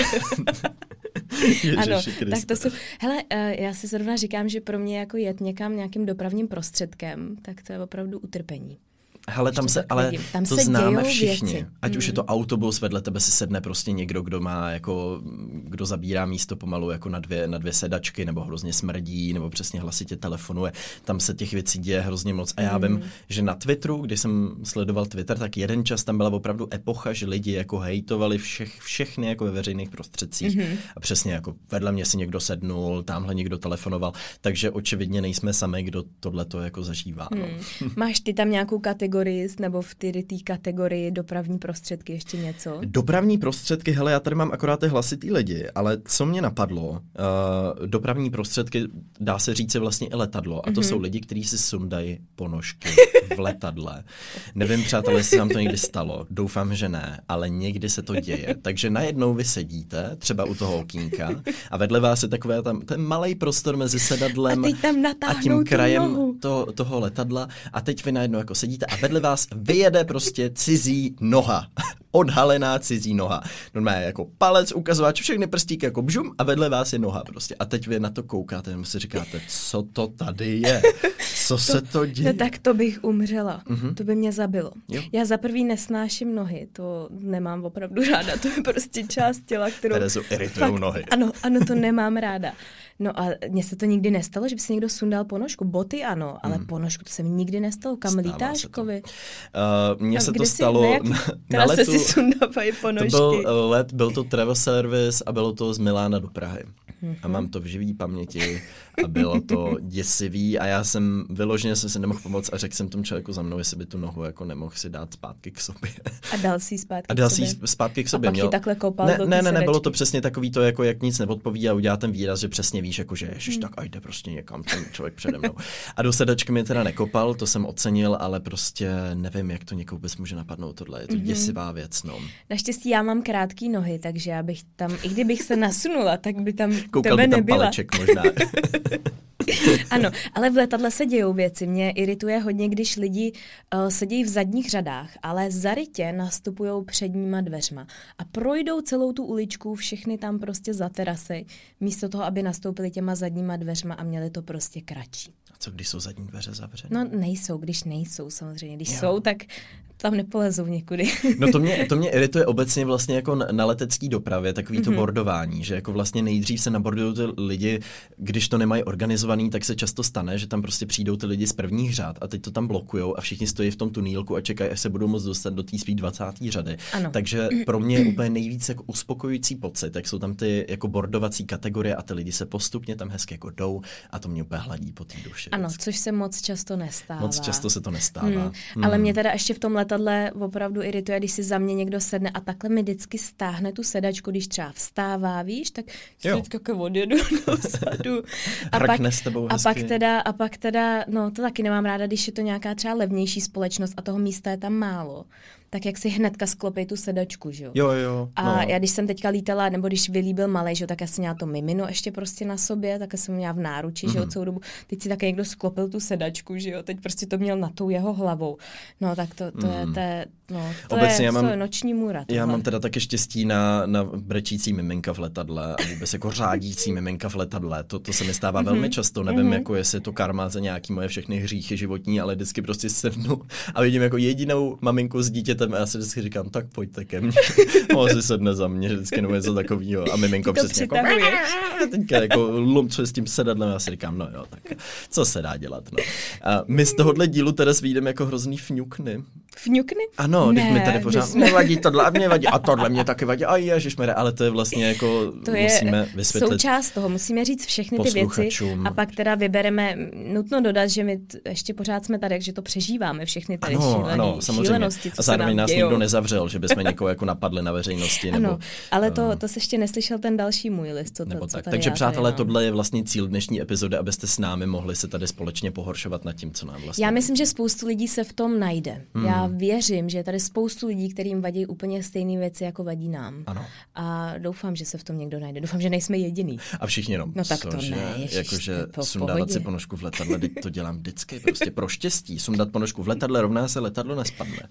Ano, tak to jsou, hele, já si zrovna říkám, že pro mě jako jet někam nějakým dopravním prostředkem, tak to je opravdu utrpení. Hele, tam se, ale tam to se známe dějou všichni. věci. Ať už je to autobus, vedle tebe si sedne prostě někdo, kdo zabírá místo pomalu jako na dvě sedačky, nebo hrozně smrdí, nebo přesně hlasitě telefonuje. Tam se těch věcí děje hrozně moc. A já vím, že na Twitteru, když jsem sledoval Twitter, tak jeden čas tam byla opravdu epocha, že lidi jako hejtovali všechny jako ve veřejných prostředcích. A přesně jako vedle mě si někdo sednul, tamhle někdo telefonoval, takže očividně nejsme sami, kdo tohleto jako zažívá. No. Máš ty tam nějakou kategorii, nebo v té kategorii dopravní prostředky ještě něco? Dopravní prostředky, hele, já tady mám akorát ty hlasitý lidi, ale co mě napadlo, dopravní prostředky, dá se říct, je vlastně i letadlo. A to jsou lidi, kteří si sundají ponožky v letadle. Nevím, přátelé, jestli vám to někdy stalo. Doufám, že ne, ale někdy se to děje. Takže najednou vy sedíte, třeba u toho okýnka, a vedle vás je takový ten malej prostor mezi sedadlem a tím krajem toho letadla. A teď vy najednou jako sedíte a vedle vás vyjede prostě cizí noha. Odhalená cizí noha. Normálně jako palec, ukazovač, všechny prstíky jako bžum a vedle vás je noha prostě. A teď vy na to koukáte a si říkáte, co to tady je? Co se to děje? No tak to bych umřela. To by mě zabilo. Jo. Já za prvý nesnáším nohy, to nemám opravdu ráda. To je prostě část těla, kterou... Terezu iritujou nohy. Ano, to nemám ráda. No a mně se to nikdy nestalo, že by si někdo sundal ponožku. Boty ano, ale ponožku to se mi nikdy nestalo. Kam lítáš, Kovi? Mně se to stalo na letu. Si sundávají ponožky. To byl let, byl to travel service a bylo to z Milána do Prahy. A mám to v živý paměti a bylo to děsivý a já jsem vyloženě si nemohl pomoct a řekl jsem tomu člověku za mnou, jestli by tu nohu jako nemohl si dát zpátky k sobě. A dal si zpátky k sobě. A pak ti takhle koupal do Ne, bylo to přesně takový to, jako jak nic neodpoví a udělá ten výraz, že přesně víš, jako že ježiš, tak a jde prostě někam ten člověk přede mnou. A do sedačky mi teda nekopal, to jsem ocenil, ale prostě nevím, jak to někoho vůbec může napadnout tohle. Je to děsivá věc, no. Naštěstí já mám krátké nohy, takže já bych tam, i kdybych se nasunula, tak by tam koukal tebe by tam nebyla. Paleček možná. Ano, ale v letadle se dějou věci. Mě irituje hodně, když lidi sedí v zadních řadách, ale zarytě nastupují předníma dveřma a projdou celou tu uličku, všechny tam prostě za terasy, místo toho, aby nastoupili těma zadníma dveřma a měli to prostě kratší. A co když jsou zadní dveře zavřené? No když nejsou samozřejmě. Když jsou, tak tam nepolezou někudy. No to mě irituje obecně vlastně jako na letecké dopravě, takový to bordování, že jako vlastně nejdřív se nabordují ty lidi, když to nemají organizovaný, tak se často stane, že tam prostě přijdou ty lidi z prvních řad a teď to tam blokujou a všichni stojí v tom tunílku a čekají, až se budou moct dostat do té svý 20. řady. Ano. Takže pro mě je úplně nejvíc jako uspokojující pocit, jak jsou tam ty jako bordovací kategorie a ty lidi se postupně tam hezky jako jdou a to mě úplně hladí po té duši. Ano, což se moc často nestává. Moc často se to nestává. Ale mě teda ještě v tom letadle opravdu irituje, když si za mě někdo sedne a takhle mi vždycky stáhne tu sedačku, když třeba vstává, víš, tak si vždycky odjedu dozadu. A pak teda, no to taky nemám ráda, když je to nějaká třeba levnější společnost a toho místa je tam málo. Tak jak si hnedka sklopej tu sedačku, že jo? Jo. A já když jsem teďka lítala, nebo když vylíbil malej, že jo, tak já jsem měla to mimino ještě prostě na sobě, tak jsem měla v náruči, že jo, celou dobu. Teď si také někdo sklopil tu sedačku, že jo, teď prostě to měl na tou jeho hlavou. No tak to je noční můra. Já mám teda taky štěstí na brečící miminka v letadle a vůbec jako řádící miminka v letadle. To se mi stává velmi často, nevím, jako jestli to karma za nějaký moje všechny hříchy životní, ale vždycky prostě sednu a vidím jako jedinou maminku s dítětem a já si vždycky říkám, tak pojďte ke mně. Si sedne za mě, vždycky nebo něco takového a miminko přesně jako teďka jako lumcuje s tím sedadlem a já si říkám, no jo, tak co se dá dělat, no. A my z tohohle dílu teda vyjdeme jako hrozný fňukny. Fňukny? Ano, když mi tady pořád nevadí tohle a mě vadí a tohle mě taky vadí a ježišmere, ale to je vlastně jako to musíme vysvětlit. Součást toho, musíme říct všechny ty věci a pak teda vybereme, nutno dodat, že my ještě pořád jsme tady, že to přežíváme všechny tady šílenosti, a zároveň nás nikdo nezavřel, že bychom někoho jako napadli na veřejnosti. Ano, nebo, ale to se ještě neslyšel ten další můj list. Takže přátelé, tohle je vlastně cíl dnešní epizody, abyste s námi mohli se tady společně pohoršovat nad tím, co nám vlastně. Já myslím, že spoustu lidí se v tom najde. Já věřím, že je tady spoustu lidí, kterým vadí úplně stejné věci, jako vadí nám. Ano. A doufám, že se v tom někdo najde. Doufám, že nejsme jediný. A všichni jenom. No tak to ne, jakože sundávat si ponožku v letadle, to dělám vždycky, prostě pro štěstí. Sundat ponožku v letadle rovná se letadlo nespadne.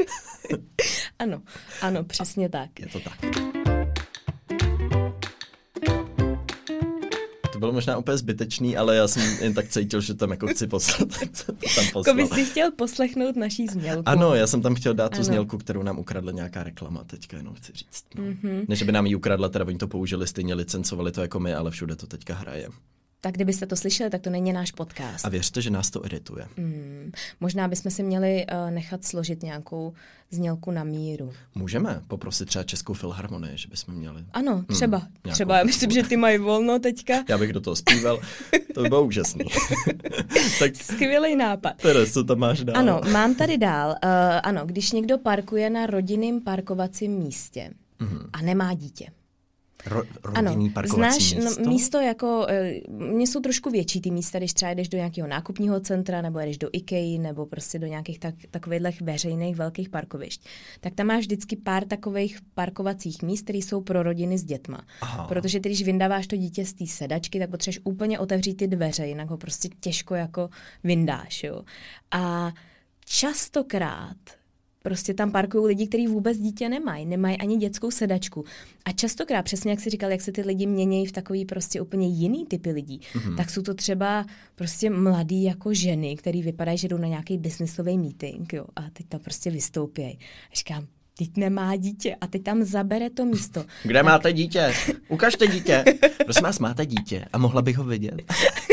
Ano, přesně tak. Je to tak. bylo možná úplně zbytečný, ale já jsem jen tak cítil, že tam jako chci poslat, tak jsem to tam poslal. Jako bys si chtěl poslechnout naší znělku. Ano, já jsem tam chtěl dát tu znělku, kterou nám ukradla nějaká reklama, teďka jenom chci říct. No. Ne, že by nám ji ukradla, teda oni to použili, stejně licencovali to jako my, ale všude to teďka hraje. Tak kdybyste to slyšeli, tak to není náš podcast. A věřte, že nás to edituje. Možná bychom si měli nechat složit nějakou znělku na míru. Můžeme poprosit třeba Českou filharmonii, že bychom měli. Ano, třeba. Třeba, já myslím, že ty mají volno teďka. Já bych do toho zpíval, to by bylo úžasný. Tak skvělý nápad. Teres, co tam máš dál? Ano, mám tady dál. Ano, když někdo parkuje na rodinném parkovacím místě a nemá dítě. Rodinný parkovací místo? Místo jako, mě jsou trošku větší ty místa, když třeba jdeš do nějakého nákupního centra, nebo jdeš do IKEA, nebo prostě do nějakých takových veřejných velkých parkovišť. Tak tam máš vždycky pár takových parkovacích míst, které jsou pro rodiny s dětma. Aha. Protože ty, když vyndáváš to dítě z té sedačky, tak potřebuješ úplně otevřít ty dveře, jinak ho prostě těžko jako vyndáš. Jo. A častokrát prostě tam parkují lidi, kteří vůbec dítě nemají ani dětskou sedačku. A častokrát, přesně jak jsi říkal, jak se ty lidi mění v takový prostě úplně jiný typy lidí, tak jsou to třeba prostě mladý jako ženy, který vypadají, že jdou na nějaký biznisový meeting, jo, a teď to prostě vystoupějí. A říkám, teď nemá dítě a teď tam zabere to místo. Kde máte dítě? Ukažte dítě. Prosím vás, máte dítě a mohla bych ho vidět.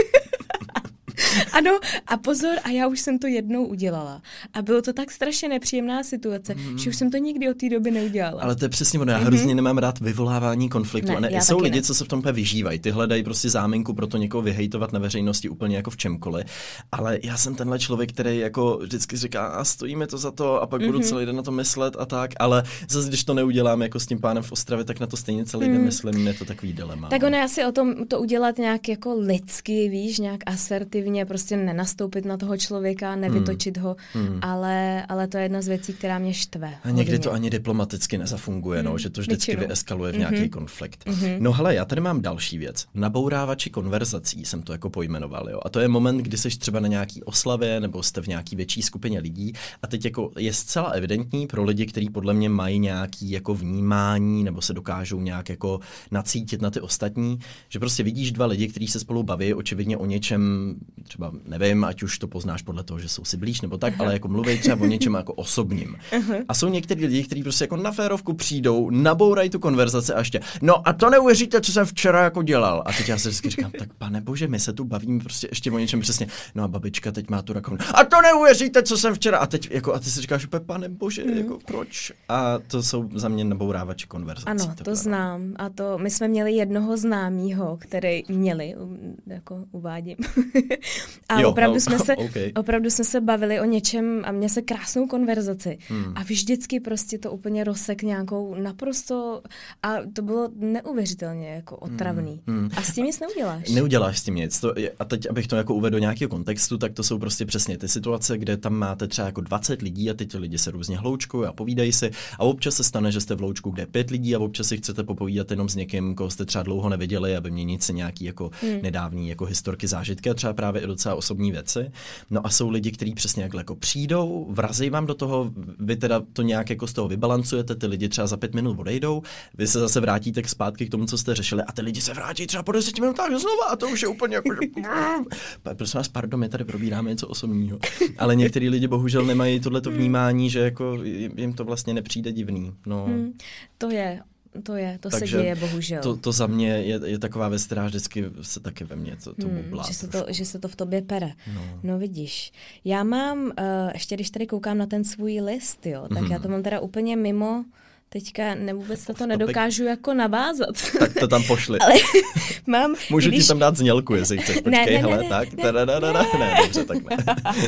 Ano, a pozor, a já už jsem to jednou udělala. A bylo to tak strašně nepříjemná situace, že už jsem to nikdy od té doby neudělala. Ale to je přesně ono, já hrozně nemám rád vyvolávání konfliktu. Jsou lidi, co se v tom vyžívají, ty hledají prostě záminku pro to někoho vyhejtovat na veřejnosti úplně jako v čemkoliv. Ale já jsem tenhle člověk, který jako vždycky říká, a stojíme to za to a pak budu celý den na to myslet a tak, ale zase když to neudělám jako s tím pánem v Ostravě, tak na to stejně celý den myslím, je to takový dilema. Tak ono je asi o tom to udělat nějak jako lidsky, víš, nějak asertivně, prostě nenastoupit na toho člověka, nevytočit ho, ale to je jedna z věcí, která mě štve. A někdy to ani diplomaticky nezafunguje, že to vždycky vyeskaluje v nějaký konflikt. No hele, já tady mám další věc. Nabourávači konverzací jsem to jako pojmenoval, jo. A to je moment, kdy jsi třeba na nějaký oslavě nebo jste v nějaký větší skupině lidí a teď jako je zcela evidentní pro lidi, kteří podle mě mají nějaký jako vnímání nebo se dokážou nějak jako nacítit na ty ostatní, že prostě vidíš dva lidi, kteří se spolu baví očividně o něčem, třeba nevím, ať už to poznáš podle toho, že jsou si blíž nebo tak, ale jako mluví třeba o něčem jako osobním. A jsou někteří lidi, kteří prostě jako na férovku přijdou, nabourají tu konverzaci a ještě, no a to neuvěříte, co jsem včera jako dělal. A teď já si vždycky říkám, tak pane bože, my se tu bavíme prostě ještě o něčem přesně. No a babička teď má tu rakovinu. A to neuvěříte, co jsem včera. A teď jako a ty si říkáš, pane bože, jako proč? A to jsou za mě nabourávači konverzací. Ano, to znám. A to my jsme měli jednoho známýho, který měli, jako uvádím. A jo, opravdu jsme se bavili o něčem a měli se krásnou konverzaci. A vždycky prostě to úplně rozsek nějakou naprosto a to bylo neuvěřitelně jako otravný. A s tím nic neuděláš. Neuděláš s tím nic. A teď, abych to jako uvedl do nějakého kontextu, tak to jsou prostě přesně ty situace, kde tam máte třeba jako 20 lidí a teď lidi se různě hloučkují a povídají si a občas se stane, že jste v hloučku, kde je 5 lidí a občas si chcete popovídat jenom s někým, koho jste třeba dlouho neviděli, aby měnit si nějaký jako nedávný jako historky, zážitky a třeba právě i docela osobní věci. No a jsou lidi, kteří přesně jako přijdou, vrazí vám do toho, vy teda to nějak jako z toho vybalancujete, ty lidi třeba za 5 minut odejdou, vy se zase vrátíte zpátky k tomu, co jste řešili a ty lidi se vrátí třeba po 10 minutách znova a to už je úplně jako, že... Prosím vás, pardon, my tady probíráme něco osobního. Ale některý lidi bohužel nemají tohleto vnímání, že jako jim to vlastně nepřijde divný. No. To se děje, bohužel. To za mě je taková věc, která vždycky se taky ve mně to bublá. Že se to v tobě pere. No vidíš. Já mám, ještě když tady koukám na ten svůj list, jo, tak já to mám teda úplně mimo, teďka vůbec to nedokážu jako navázat. Tak to tam pošli. Ale mám... Můžu ti tam dát znělku, jestli chceš. Počkej, hele, tak. Ne, dobře, tak ne.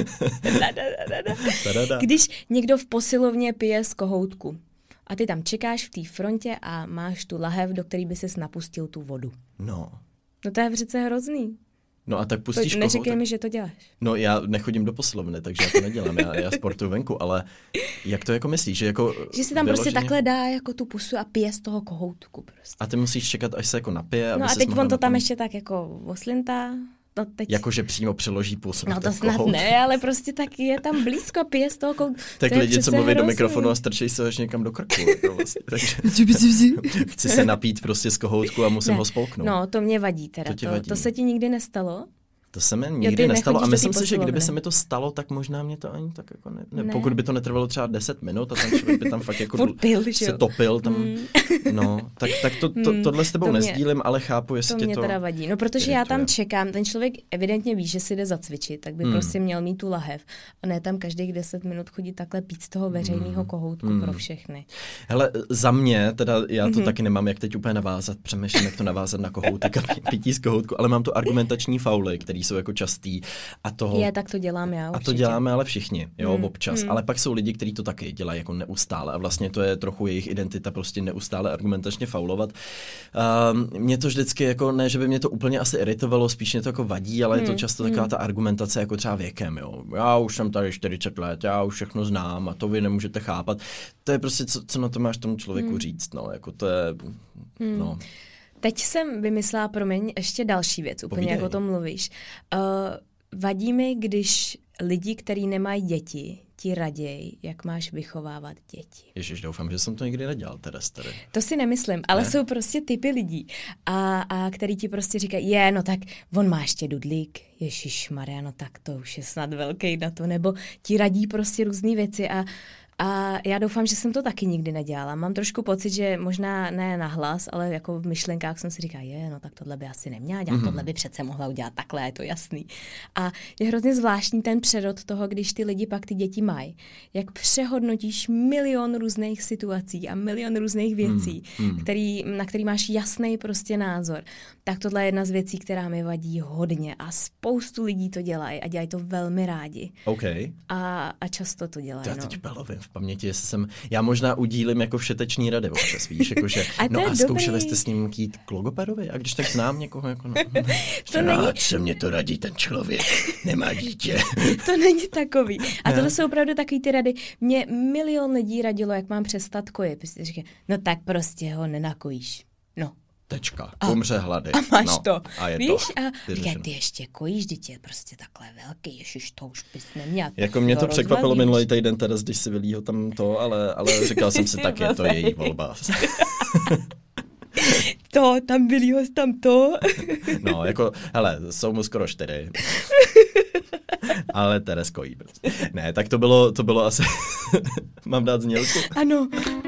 Když někdo v posilovně pije z kohoutku a ty tam čekáš v té frontě a máš tu lahev, do který by ses napustil tu vodu. No to je přece hrozný. No a tak pustíš kohoutek. Neříkej mi, že to děláš. No já nechodím do posilovny, takže já to nedělám, já sportuju venku, ale jak to jako myslíš? Že si tam prostě takhle dá jako tu pusu a pije z toho kohoutku prostě. A ty musíš čekat, až se jako napije. No a teď on to tam ještě tak jako oslintá. No teď... Jakože přímo přeloží půl No to snad ne, ale prostě tak je tam blízko, pije z toho koutku. Tak lidi, co mluví do mikrofonu a strčí se až někam do krku. Jako vlastně. Takže chci se napít prostě z kohoutku a musím ho spolknout. No, to mě vadí teda. To se ti nikdy nestalo? To se mi nikdy nestalo a myslím si, že kdyby se mi to stalo, tak možná mě to ani tak jako ne. Pokud by to netrvalo třeba 10 minut a ten člověk by tam fakt jako se topil tam. No, tak tohle s tebou nezdílím, ale chápu, jestli tě to... To mě teda vadí. No, protože já tam čekám, ten člověk evidentně ví, že si jde zacvičit, tak by prostě měl mít tu lahev. A ne tam každých 10 minut chodit takhle pít z toho veřejného kohoutku pro všechny. Hele, za mě, teda já to taky nemám, jak teď úplně navázat, přemýšlím, jak to navázat na kohoutek a pití z kohoutku, ale mám tu argumentační fauly, který jsou jako častý a toho... Tak to dělám já určitě. A to děláme ale všichni, jo, občas. Ale pak jsou lidi, kteří to taky dělají jako neustále a vlastně to je trochu jejich identita prostě neustále argumentačně faulovat. Mě to vždycky jako, ne, že by mě to úplně asi iritovalo, spíš mě to jako vadí, ale je to často taková ta argumentace jako třeba věkem, jo. Já už jsem tady 40 let, já už všechno znám a to vy nemůžete chápat. To je prostě, co na to máš tomu člověku říct, no, jako to je, no... Teď jsem vymyslela, promiň, ještě další věc, úplně jak o tom mluvíš. Vadí mi, když lidi, kteří nemají děti, ti raději, jak máš vychovávat děti. Ježiš, doufám, že jsem to nikdy nedělal, tady. To si nemyslím, ale jsou prostě typy lidí, a který ti prostě říkají, no tak on má ještě dudlík, ježišmarja, no tak to už je snad velký na to, nebo ti radí prostě různý věci a já doufám, že jsem to taky nikdy nedělala. Mám trošku pocit, že možná ne nahlas, ale jako v myšlenkách jsem si říkala, no tak tohle by asi neměla dělat, tohle by přece mohla udělat takhle, je to jasný. A je hrozně zvláštní ten přerod toho, když ty lidi pak ty děti mají. Jak přehodnotíš milion různých situací a milion různých věcí, na který máš jasný prostě názor. Tak tohle je jedna z věcí, která mi vadí hodně a spoustu lidí to dělají a dělají to velmi rádi. Okay. A často to dělají. Já teď v paměti, jestli jsem... Já možná udílím jako všetečný rady občas, víš, jakože... a zkoušeli jste s ním jít k logopedovi? A když tak znám někoho, jako... To není... se mě to radí ten člověk, nemá dítě. To není takový. A tohle jsou opravdu takový ty rady. Mě milion lidí radilo, jak mám přestat kojit. Prostě říkají, no tak prostě ho nenakojíš. No. Tečka, umře hlady. A máš to. A je víš? to. A říkají, ty ještě kojíš, dítě je prostě takhle velký, ježiš, to už bys neměl. Jako mě to překvapilo minulý týden teda, když si vylího tam to, ale říkal jsem si, tak je to její volba. Tam vylího tam to. No, jako, hele, jsou mu skoro 4. Ale Teres kojí prostě. Ne, tak to bylo asi... Mám dát znělku? Ano.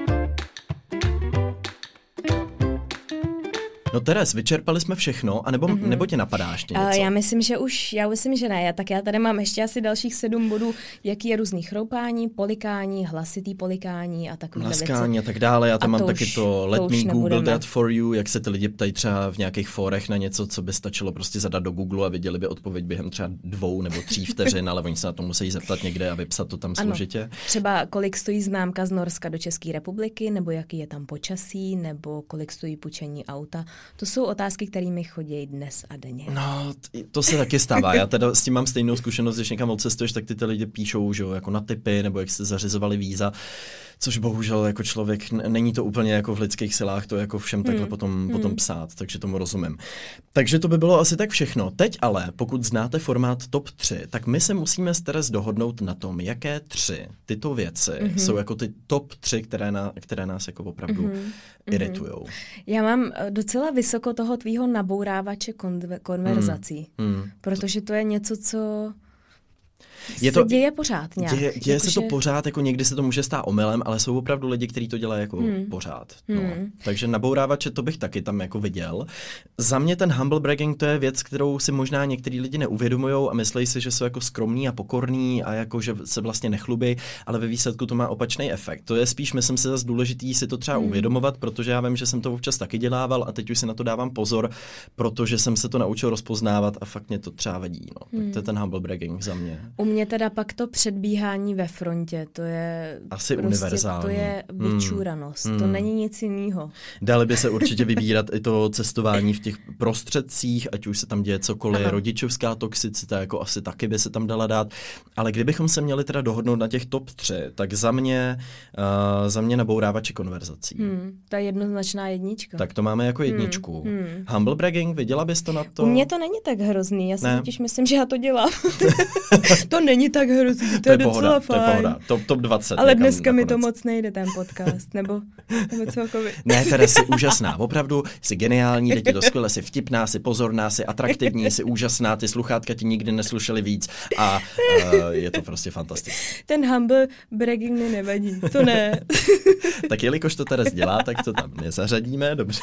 No Teres, vyčerpali jsme všechno, nebo tě napadá ještě něco? Já myslím, že ne. Já tady mám ještě asi dalších 7 bodů, jaký je různý chroupání, polikání, hlasitý polikání a takovýhle věci. Laskání a tak dále. Já tam mám taky to let me Google that for you, jak se ty lidi ptají třeba v nějakých fórech na něco, co by stačilo prostě zadat do Google a viděli by odpověď během třeba 2 nebo 3 vteřin, ale oni se na to musí zeptat někde a vypsat to tam složitě. Třeba kolik stojí známka z Norska do České republiky, nebo jaký je tam počasí, nebo kolik stojí půjčení auta. To jsou otázky, které mi chodí dnes a denně. No, to se taky stává. Já teda s tím mám stejnou zkušenost, když někam odcestuješ, tak ty lidi píšou, že jo, jako na tipy, nebo jak se zařizovali víza, což bohužel jako člověk, není to úplně jako v lidských silách to jako všem takhle potom psát, takže tomu rozumím. Takže to by bylo asi tak všechno. Teď ale, pokud znáte formát top 3, tak my se musíme s Teres dohodnout na tom, jaké 3 tyto věci jsou jako ty top 3, které nás jako opravdu iritujou. Já mám docela vysoko toho tvýho nabourávače konverzací, protože to je něco, co se děje pořád nějak. Děje se to pořád, jako někdy se to může stát omylem, ale jsou opravdu lidi, kteří to dělají jako pořád. No. Takže nabourávače to bych taky tam jako viděl. Za mě ten humble bragging to je věc, kterou si možná některý lidi neuvědomujou a myslí si, že jsou jako skromní a pokorní a jako, že se vlastně nechlubí, ale ve výsledku to má opačný efekt. To je spíš, myslím si, zase důležitý si to třeba uvědomovat, protože já vím, že jsem to občas taky dělával a teď už si na to dávám pozor, protože jsem se to naučil rozpoznávat a fakt mě to třeba vadí. No. Tak to je ten humble bragging za mě. U mě teda pak to předbíhání ve frontě, to je asi prostě, univerzální. To je vyčúranost, to není nic jiného. Dali by se určitě vybírat i to cestování v těch prostředcích, ať už se tam děje cokoliv, rodičovská toxicita, jako asi taky by se tam dala dát. Ale kdybychom se měli teda dohodnout na těch top 3, tak za mě nabourávači konverzací. To je jednoznačná jednička. Tak to máme jako jedničku. Humble bragging, viděla bys to na to? U mě to není tak hrozný, já si totiž myslím, že já to dělám. To není tak hrozný, to je docela fajn. To je pohoda, top 20. Ale dneska mi to moc nejde, ten podcast, nebo celkově. Ne, teda jsi úžasná, opravdu jsi geniální, jde ti to skvěle, jsi vtipná, jsi pozorná, jsi atraktivní, jsi úžasná, ty sluchátka ti nikdy neslušely víc a je to prostě fantastické. Ten humble bragging mi nevadí, to ne. Tak jelikož to Teres dělá, tak to tam nezařadíme, dobře.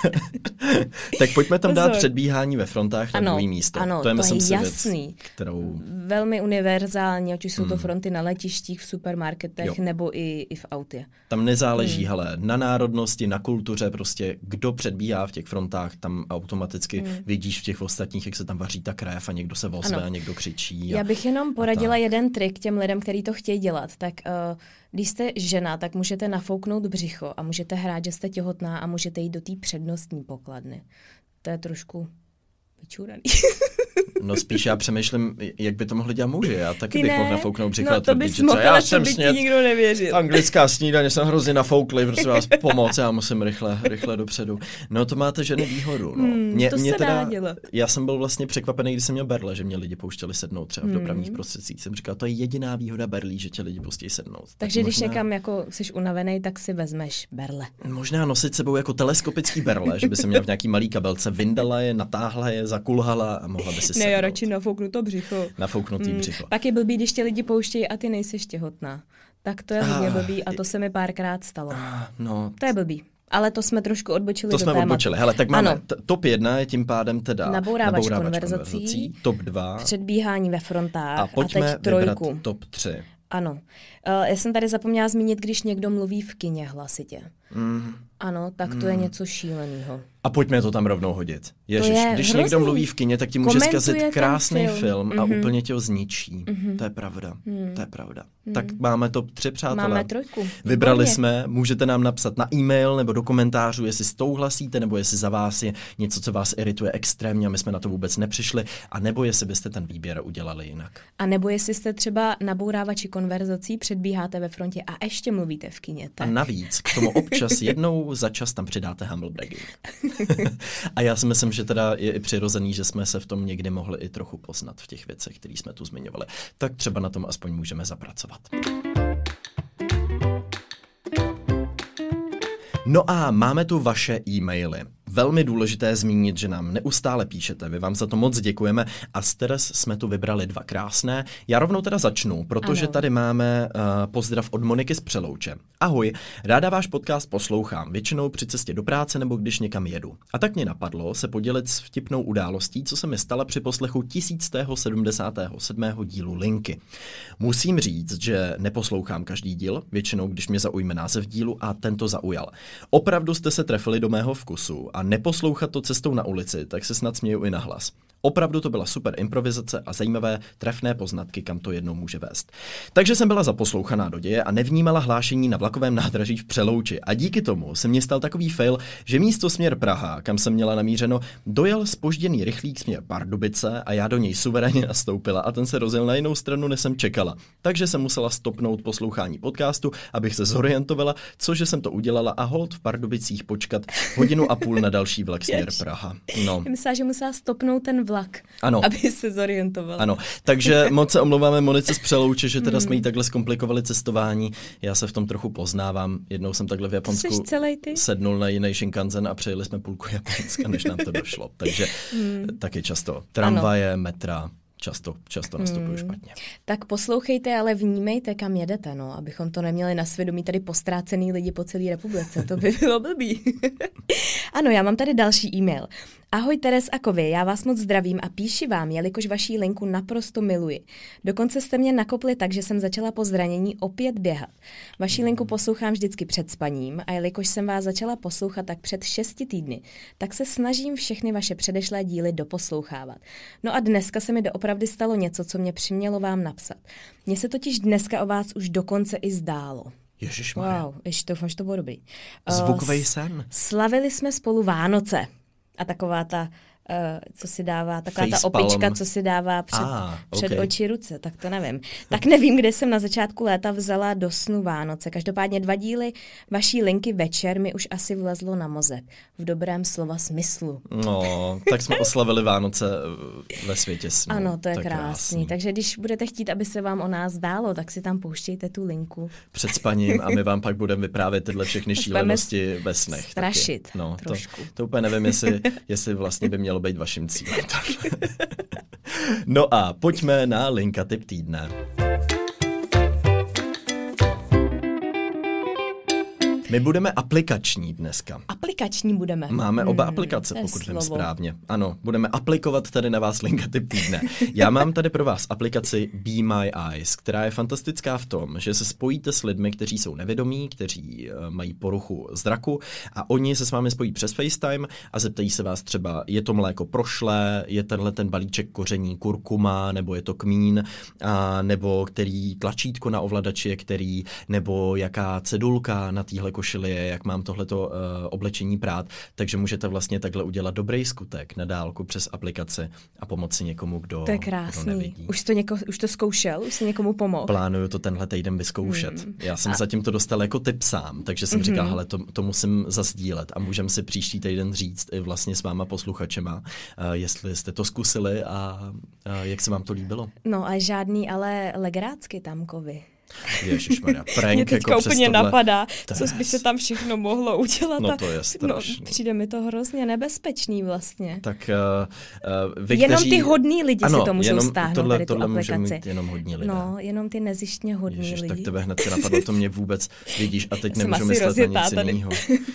Tak pojďme tam dát předbíhání ve frontách na druhý místo. Ano, to je jasný. Věc, kterou... Velmi univerzální, ať už jsou to fronty na letištích, v supermarketech, nebo i v autě. Tam nezáleží, hele, na národnosti, na kultuře, prostě kdo předbíhá v těch frontách, tam automaticky vidíš v těch ostatních, jak se tam vaří ta krev a někdo se ozve a někdo křičí. Já bych jenom poradila jeden trik těm lidem, kteří to chtějí dělat. Tak když jste žena, tak můžete nafouknout břicho a můžete hrát, že jste těhotná a můžete jít do té přednostní pokladny. To je trošku vyčúraný. No spíš já přemýšlím, jak by to mohli dělat muži. Já taky bych mohl nafouknout břicho a tvrdit, že já jsem by ti nikdo nevěřil. Anglická snídaně, jsem hrozně nafoukli, prosím vás, pomoc, já musím rychle dopředu. No to máte ženy výhodu. No. Mě teda, já jsem byl vlastně překvapený, když jsem měl berle, že mě lidi pouštěli sednout třeba v dopravních prostředcích. Jsem říkal, to je jediná výhoda berlí, že tě lidi pustí sednout. Takže když někam jako jsi unavený, tak si vezmeš berle. Možná nosit sebou jako teleskopický berle, že by se měla v nějaký malý kabelce, vyndala je, natáhla je, zakulhala a mohla by si sednout. Já radši nafouknuto břicho. Nafouknutý břicho. Pak je blbý, když tě lidi pouštějí a ty nejseš těhotná. Tak to je hodně blbý a to se mi párkrát stalo. To je blbý. Ale to jsme trošku odbočili do tématu. To jsme odbočili. Hele, tak máme top 1 je tím pádem teda nabourávač konverzací, top 2 předbíhání ve frontách a pojďme teď trojku. Vybrat top 3. Ano. Já jsem tady zapomněla zmínit, když někdo mluví v kině hlasitě. Ano, tak to je něco šíleného. A pojďme to tam rovnou hodit. Ježiš, když někdo mluví v kině, tak ti může zkazit krásný film a úplně tě ho zničí. To je pravda. To je pravda. Tak máme top 3, přátelé. Máme trojku. Vybrali jsme, můžete nám napsat na e-mail nebo do komentářů, jestli souhlasíte, nebo jestli za vás je něco, co vás irituje extrémně a my jsme na to vůbec nepřišli, a nebo jestli byste ten výběr udělali jinak. A nebo jestli jste třeba nabourávači konverzací, předbíháte ve frontě a ještě mluvíte v kině. Tak. A navíc k tomu občas jednou za čas tam přidáte humble bragging. A já si myslím, že teda je i přirozený, že jsme se v tom někdy mohli i trochu poznat v těch věcech, které jsme tu zmiňovali. Tak třeba na tom aspoň můžeme zapracovat. No a máme tu vaše e-maily. Velmi důležité zmínit, že nám neustále píšete, my vám za to moc děkujeme a z Teres jsme tu vybrali 2 krásné. Já rovnou teda začnu, protože tady máme pozdrav od Moniky z Přelouče. Ahoj, ráda váš podcast poslouchám, většinou při cestě do práce nebo když někam jedu. A tak mě napadlo se podělit s vtipnou událostí, co se mi stala při poslechu 1077. dílu Linky. Musím říct, že neposlouchám každý díl, většinou když mě zaujme název dílu a tento zaujal. Opravdu jste se trefili do mého vkusu a neposlouchat to cestou na ulici, tak se snad směju i nahlas. Opravdu to byla super improvizace a zajímavé trefné poznatky, kam to jednou může vést. Takže jsem byla zaposlouchaná do děje a nevnímala hlášení na vlakovém nádraží v Přelouči a díky tomu se mně stal takový fail, že místo směr Praha, kam jsem měla namířeno, dojel zpožděný rychlík směr Pardubice a já do něj suverénně nastoupila a ten se rozjel na jinou stranu, než jsem čekala. Takže jsem musela stopnout poslouchání podcastu, abych se zorientovala, cože jsem to udělala a holt v Pardubicích počkat 1,5 hodiny na další vlak směr Praha. No. Myslím, že musela stopnout ten vlak, ano. Aby se zorientovala. Ano, takže moc se omlouváme Monice z Přelouče, že teda jsme jí takhle zkomplikovali cestování. Já se v tom trochu poznávám. Jednou jsem takhle v Japonsku sednul na jiný Shinkansen a přejeli jsme půlku Japonska, než nám to došlo. Takže taky často tramvaje, metra. Často nastupuju špatně. Tak poslouchejte, ale vnímejte, kam jedete, no, abychom to neměli na svědomí tady postrácený lidi po celé republice. To by bylo blbý. Ano, já mám tady další e-mail. Ahoj Teres a Kovy, já vás moc zdravím a píši vám, jelikož vaší linku naprosto miluji. Dokonce jste mě nakopli tak, že jsem začala po zranění opět běhat. Vaší linku poslouchám vždycky před spaním a jelikož jsem vás začala poslouchat tak před 6 týdny, tak se snažím všechny vaše předešlé díly doposlouchávat. No a dneska se mi doopravdy stalo něco, co mě přimělo vám napsat. Mně se totiž dneska o vás už dokonce i zdálo. Ježišmarja. Wow, ještě doufám, že to bylo dobrý. Zvukovej sen. Slavili jsme spolu Vánoce. A taková ta, co si dává, taková ta Facepalm. opička, co si dává před okay. oči ruce, tak to nevím. Tak nevím, kde jsem na začátku léta vzala do snu Vánoce. Každopádně 2 díly vaší linky večer mi už asi vlezlo na mozek. V dobrém slova smyslu. No, tak jsme oslavili Vánoce ve světě snu. Ano, to je krásný. Takže když budete chtít, aby se vám o nás dálo, tak si tam pouštějte tu linku. Před spaním a my vám pak budeme vyprávět tyhle všechny šílenosti ve snech. Strašit taky. No, trošku. To úplně nevím, jestli vlastně by mělo být vaším cílem. No a pojďme na linka tip týdne. My budeme aplikační dneska. Aplikační budeme. Máme oba aplikace, pokud vím správně. Ano, budeme aplikovat tady na vás linka tip týdne. Já mám tady pro vás aplikaci Be My Eyes, která je fantastická v tom, že se spojíte s lidmi, kteří jsou nevědomí, kteří mají poruchu zraku a oni se s vámi spojí přes FaceTime a zeptají se vás třeba, je to mléko prošlé, je tenhle ten balíček koření kurkuma, nebo je to kmín, nebo který tlačítko na ovladači je který, nebo jaká cedulka na téhle košili je, jak mám tohleto oblečení prát, takže můžete vlastně takhle udělat dobrý skutek na dálku přes aplikaci a pomoci někomu, kdo nevidí. Už to zkoušel? Už jsi někomu pomohl? Plánuju to tenhle týden vyzkoušet. Já jsem zatím to dostal jako tip sám, takže jsem říkal, hele, to musím zasdílet a můžeme si příští týden říct i vlastně s váma posluchačema, jestli jste to zkusili a jak se vám to líbilo. No a žádný ale legerácky tam, Kovy. Ježišmarja, prank mě teďka jako úplně tohle, napadá, co by se tam všechno mohlo udělat. No to je strašný. No, přijde mi to hrozně nebezpečný vlastně. Tak vy, jenom ty hodní lidi si to můžou stáhnout, tohle, tady tu aplikaci. Můžou mít jenom hodní lidé. No, jenom ty nezištně hodní lidi. Tak tebe hned si napadlo, to mě vůbec vidíš a teď nemůžu myslet na nic jiného.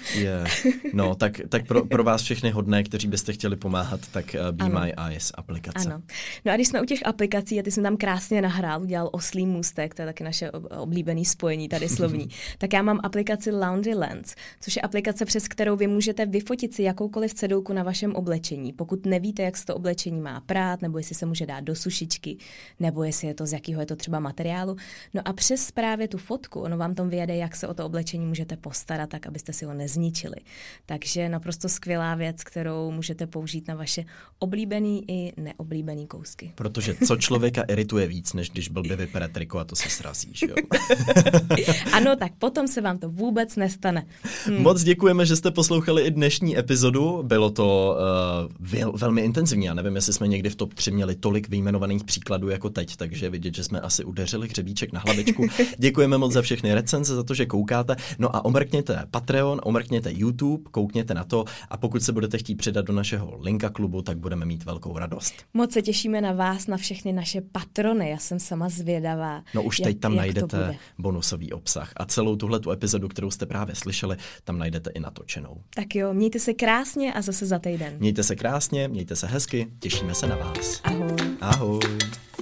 No, tak pro vás všechny hodné, kteří byste chtěli pomáhat, tak Be My Eyes aplikace. Ano. No a když jsme u těch aplikací, a ty jsem tam krásně nahrál, udělal oslý můstek, to je taky naše oblíbený spojení tady slovní, tak já mám aplikaci Laundry Lens, což je aplikace, přes kterou vy můžete vyfotit si jakoukoliv cedulku na vašem oblečení. Pokud nevíte, jak se to oblečení má prát, nebo jestli se může dát do sušičky, nebo jestli je to z jakého je to třeba materiálu. No a přes právě tu fotku, ono vám tam vyjede, jak se o to oblečení můžete postarat, tak abyste si ho nezničili. Takže naprosto skvělá věc, kterou můžete použít na vaše oblíbený i neoblíbený kousky. Protože co člověka irituje víc, než když blbě vypere triko a to se srazí, že jo? Ano, tak potom se vám to vůbec nestane. Moc děkujeme, že jste poslouchali i dnešní epizodu. Bylo to velmi intenzivní. Já nevím, jestli jsme někdy v top 3 měli tolik vyjmenovaných příkladů jako teď, takže vidět, že jsme asi udeřili hřebíček na hlavičku. Děkujeme moc za všechny recenze, za to, že koukáte. No a omrkněte Patreon, omrkněte YouTube, koukněte na to a pokud se budete chtít přidat do našeho linka klubu, tak budeme mít velkou radost. Moc se těšíme na vás, na všechny naše patrony. Já jsem sama zvědavá. No už teď tam najdete bonusový obsah a celou tuhletu epizodu, kterou jste právě slyšeli, tam najdete i natočenou. Tak jo, mějte se krásně a zase za týden. Mějte se krásně, mějte se hezky, těšíme se na vás. Ahoj. Ahoj.